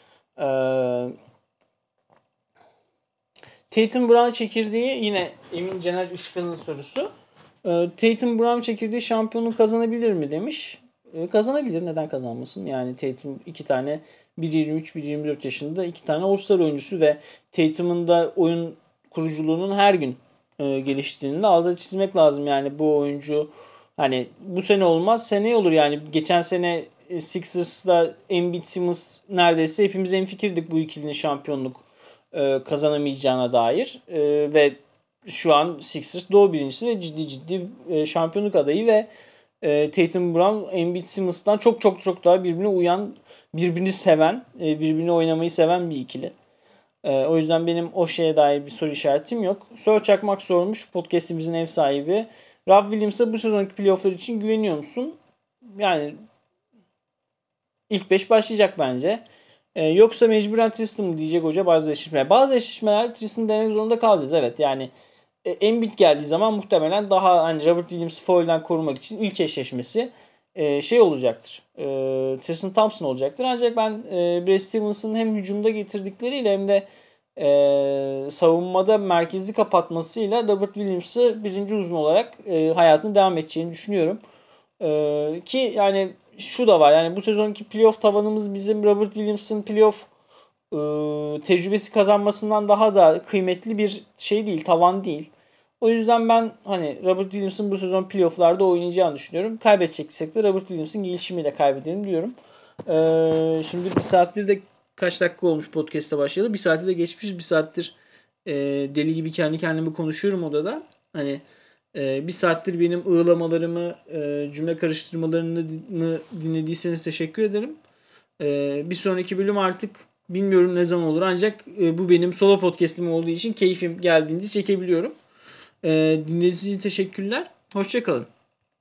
Tatum Brown çekirdeği yine Emin Caner Üşkan'ın sorusu. Tatum Brown çekirdeği şampiyonluğu kazanabilir mi demiş. Kazanabilir. Neden kazanmasın? Yani Tatum iki tane 1.23 1.24 yaşında iki tane All-Star oyuncusu ve Tatum'un da oyun kuruculuğunun her gün geliştiğini de altı çizmek lazım. Yani bu oyuncu hani bu sene olmaz seneye olur. Yani geçen sene Sixers'da Embiid Simmons neredeyse hepimiz hemfikirdik bu ikilinin şampiyonluk kazanamayacağına dair. Ve şu an Sixers Doğu birincisi ve ciddi şampiyonluk adayı ve Tatum Brown, Embiid Simmons'tan çok daha birbirine uyan, birbirini seven, birbirini oynamayı seven bir ikili. O yüzden benim o şeye dair bir soru işaretim yok. Soru Çakmak sormuş. Podcast'imizin ev sahibi. Rob Williams'a bu sezonki playoff'lar için güveniyor musun? Yani ilk 5 başlayacak bence. Yoksa mecburen Tristan mı diyecek hoca bazı eşleşmeler. Bazı eşleşmelerde Tristan demek zorunda kalacağız. Evet yani Embiid geldiği zaman muhtemelen daha hani Robert Williams'ı foul'den korumak için ilk eşleşmesi şey olacaktır. Tristan Thompson olacaktır. Ancak ben Brad Stevens'ın hem hücumda getirdikleriyle hem de savunmada merkezi kapatmasıyla Robert Williams'ı birinci uzun olarak hayatını devam edeceğini düşünüyorum. Ki yani şu da var yani bu sezonki playoff tavanımız bizim Robert Williams'ın playoff tecrübesi kazanmasından daha da kıymetli bir şey değil, tavan değil. O yüzden ben hani Robert Williams'ın bu sezon playoff'larda oynayacağını düşünüyorum. Kaybedeceksek de Robert Williams'ın gelişimiyle kaybedelim diyorum. Şimdi bir saattir de kaç dakika olmuş podcast'a başlayalı. Bir saati de geçmiş. Bir saattir deli gibi kendi kendime konuşuyorum odada. Hani bir saattir benim ığlamalarımı, cümle karıştırmalarını dinlediyseniz teşekkür ederim. Bir sonraki bölüm artık bilmiyorum ne zaman olur ancak bu benim solo podcast'im olduğu için keyfim geldiğince çekebiliyorum. Dinlediğiniz için teşekkürler. Hoşça kalın.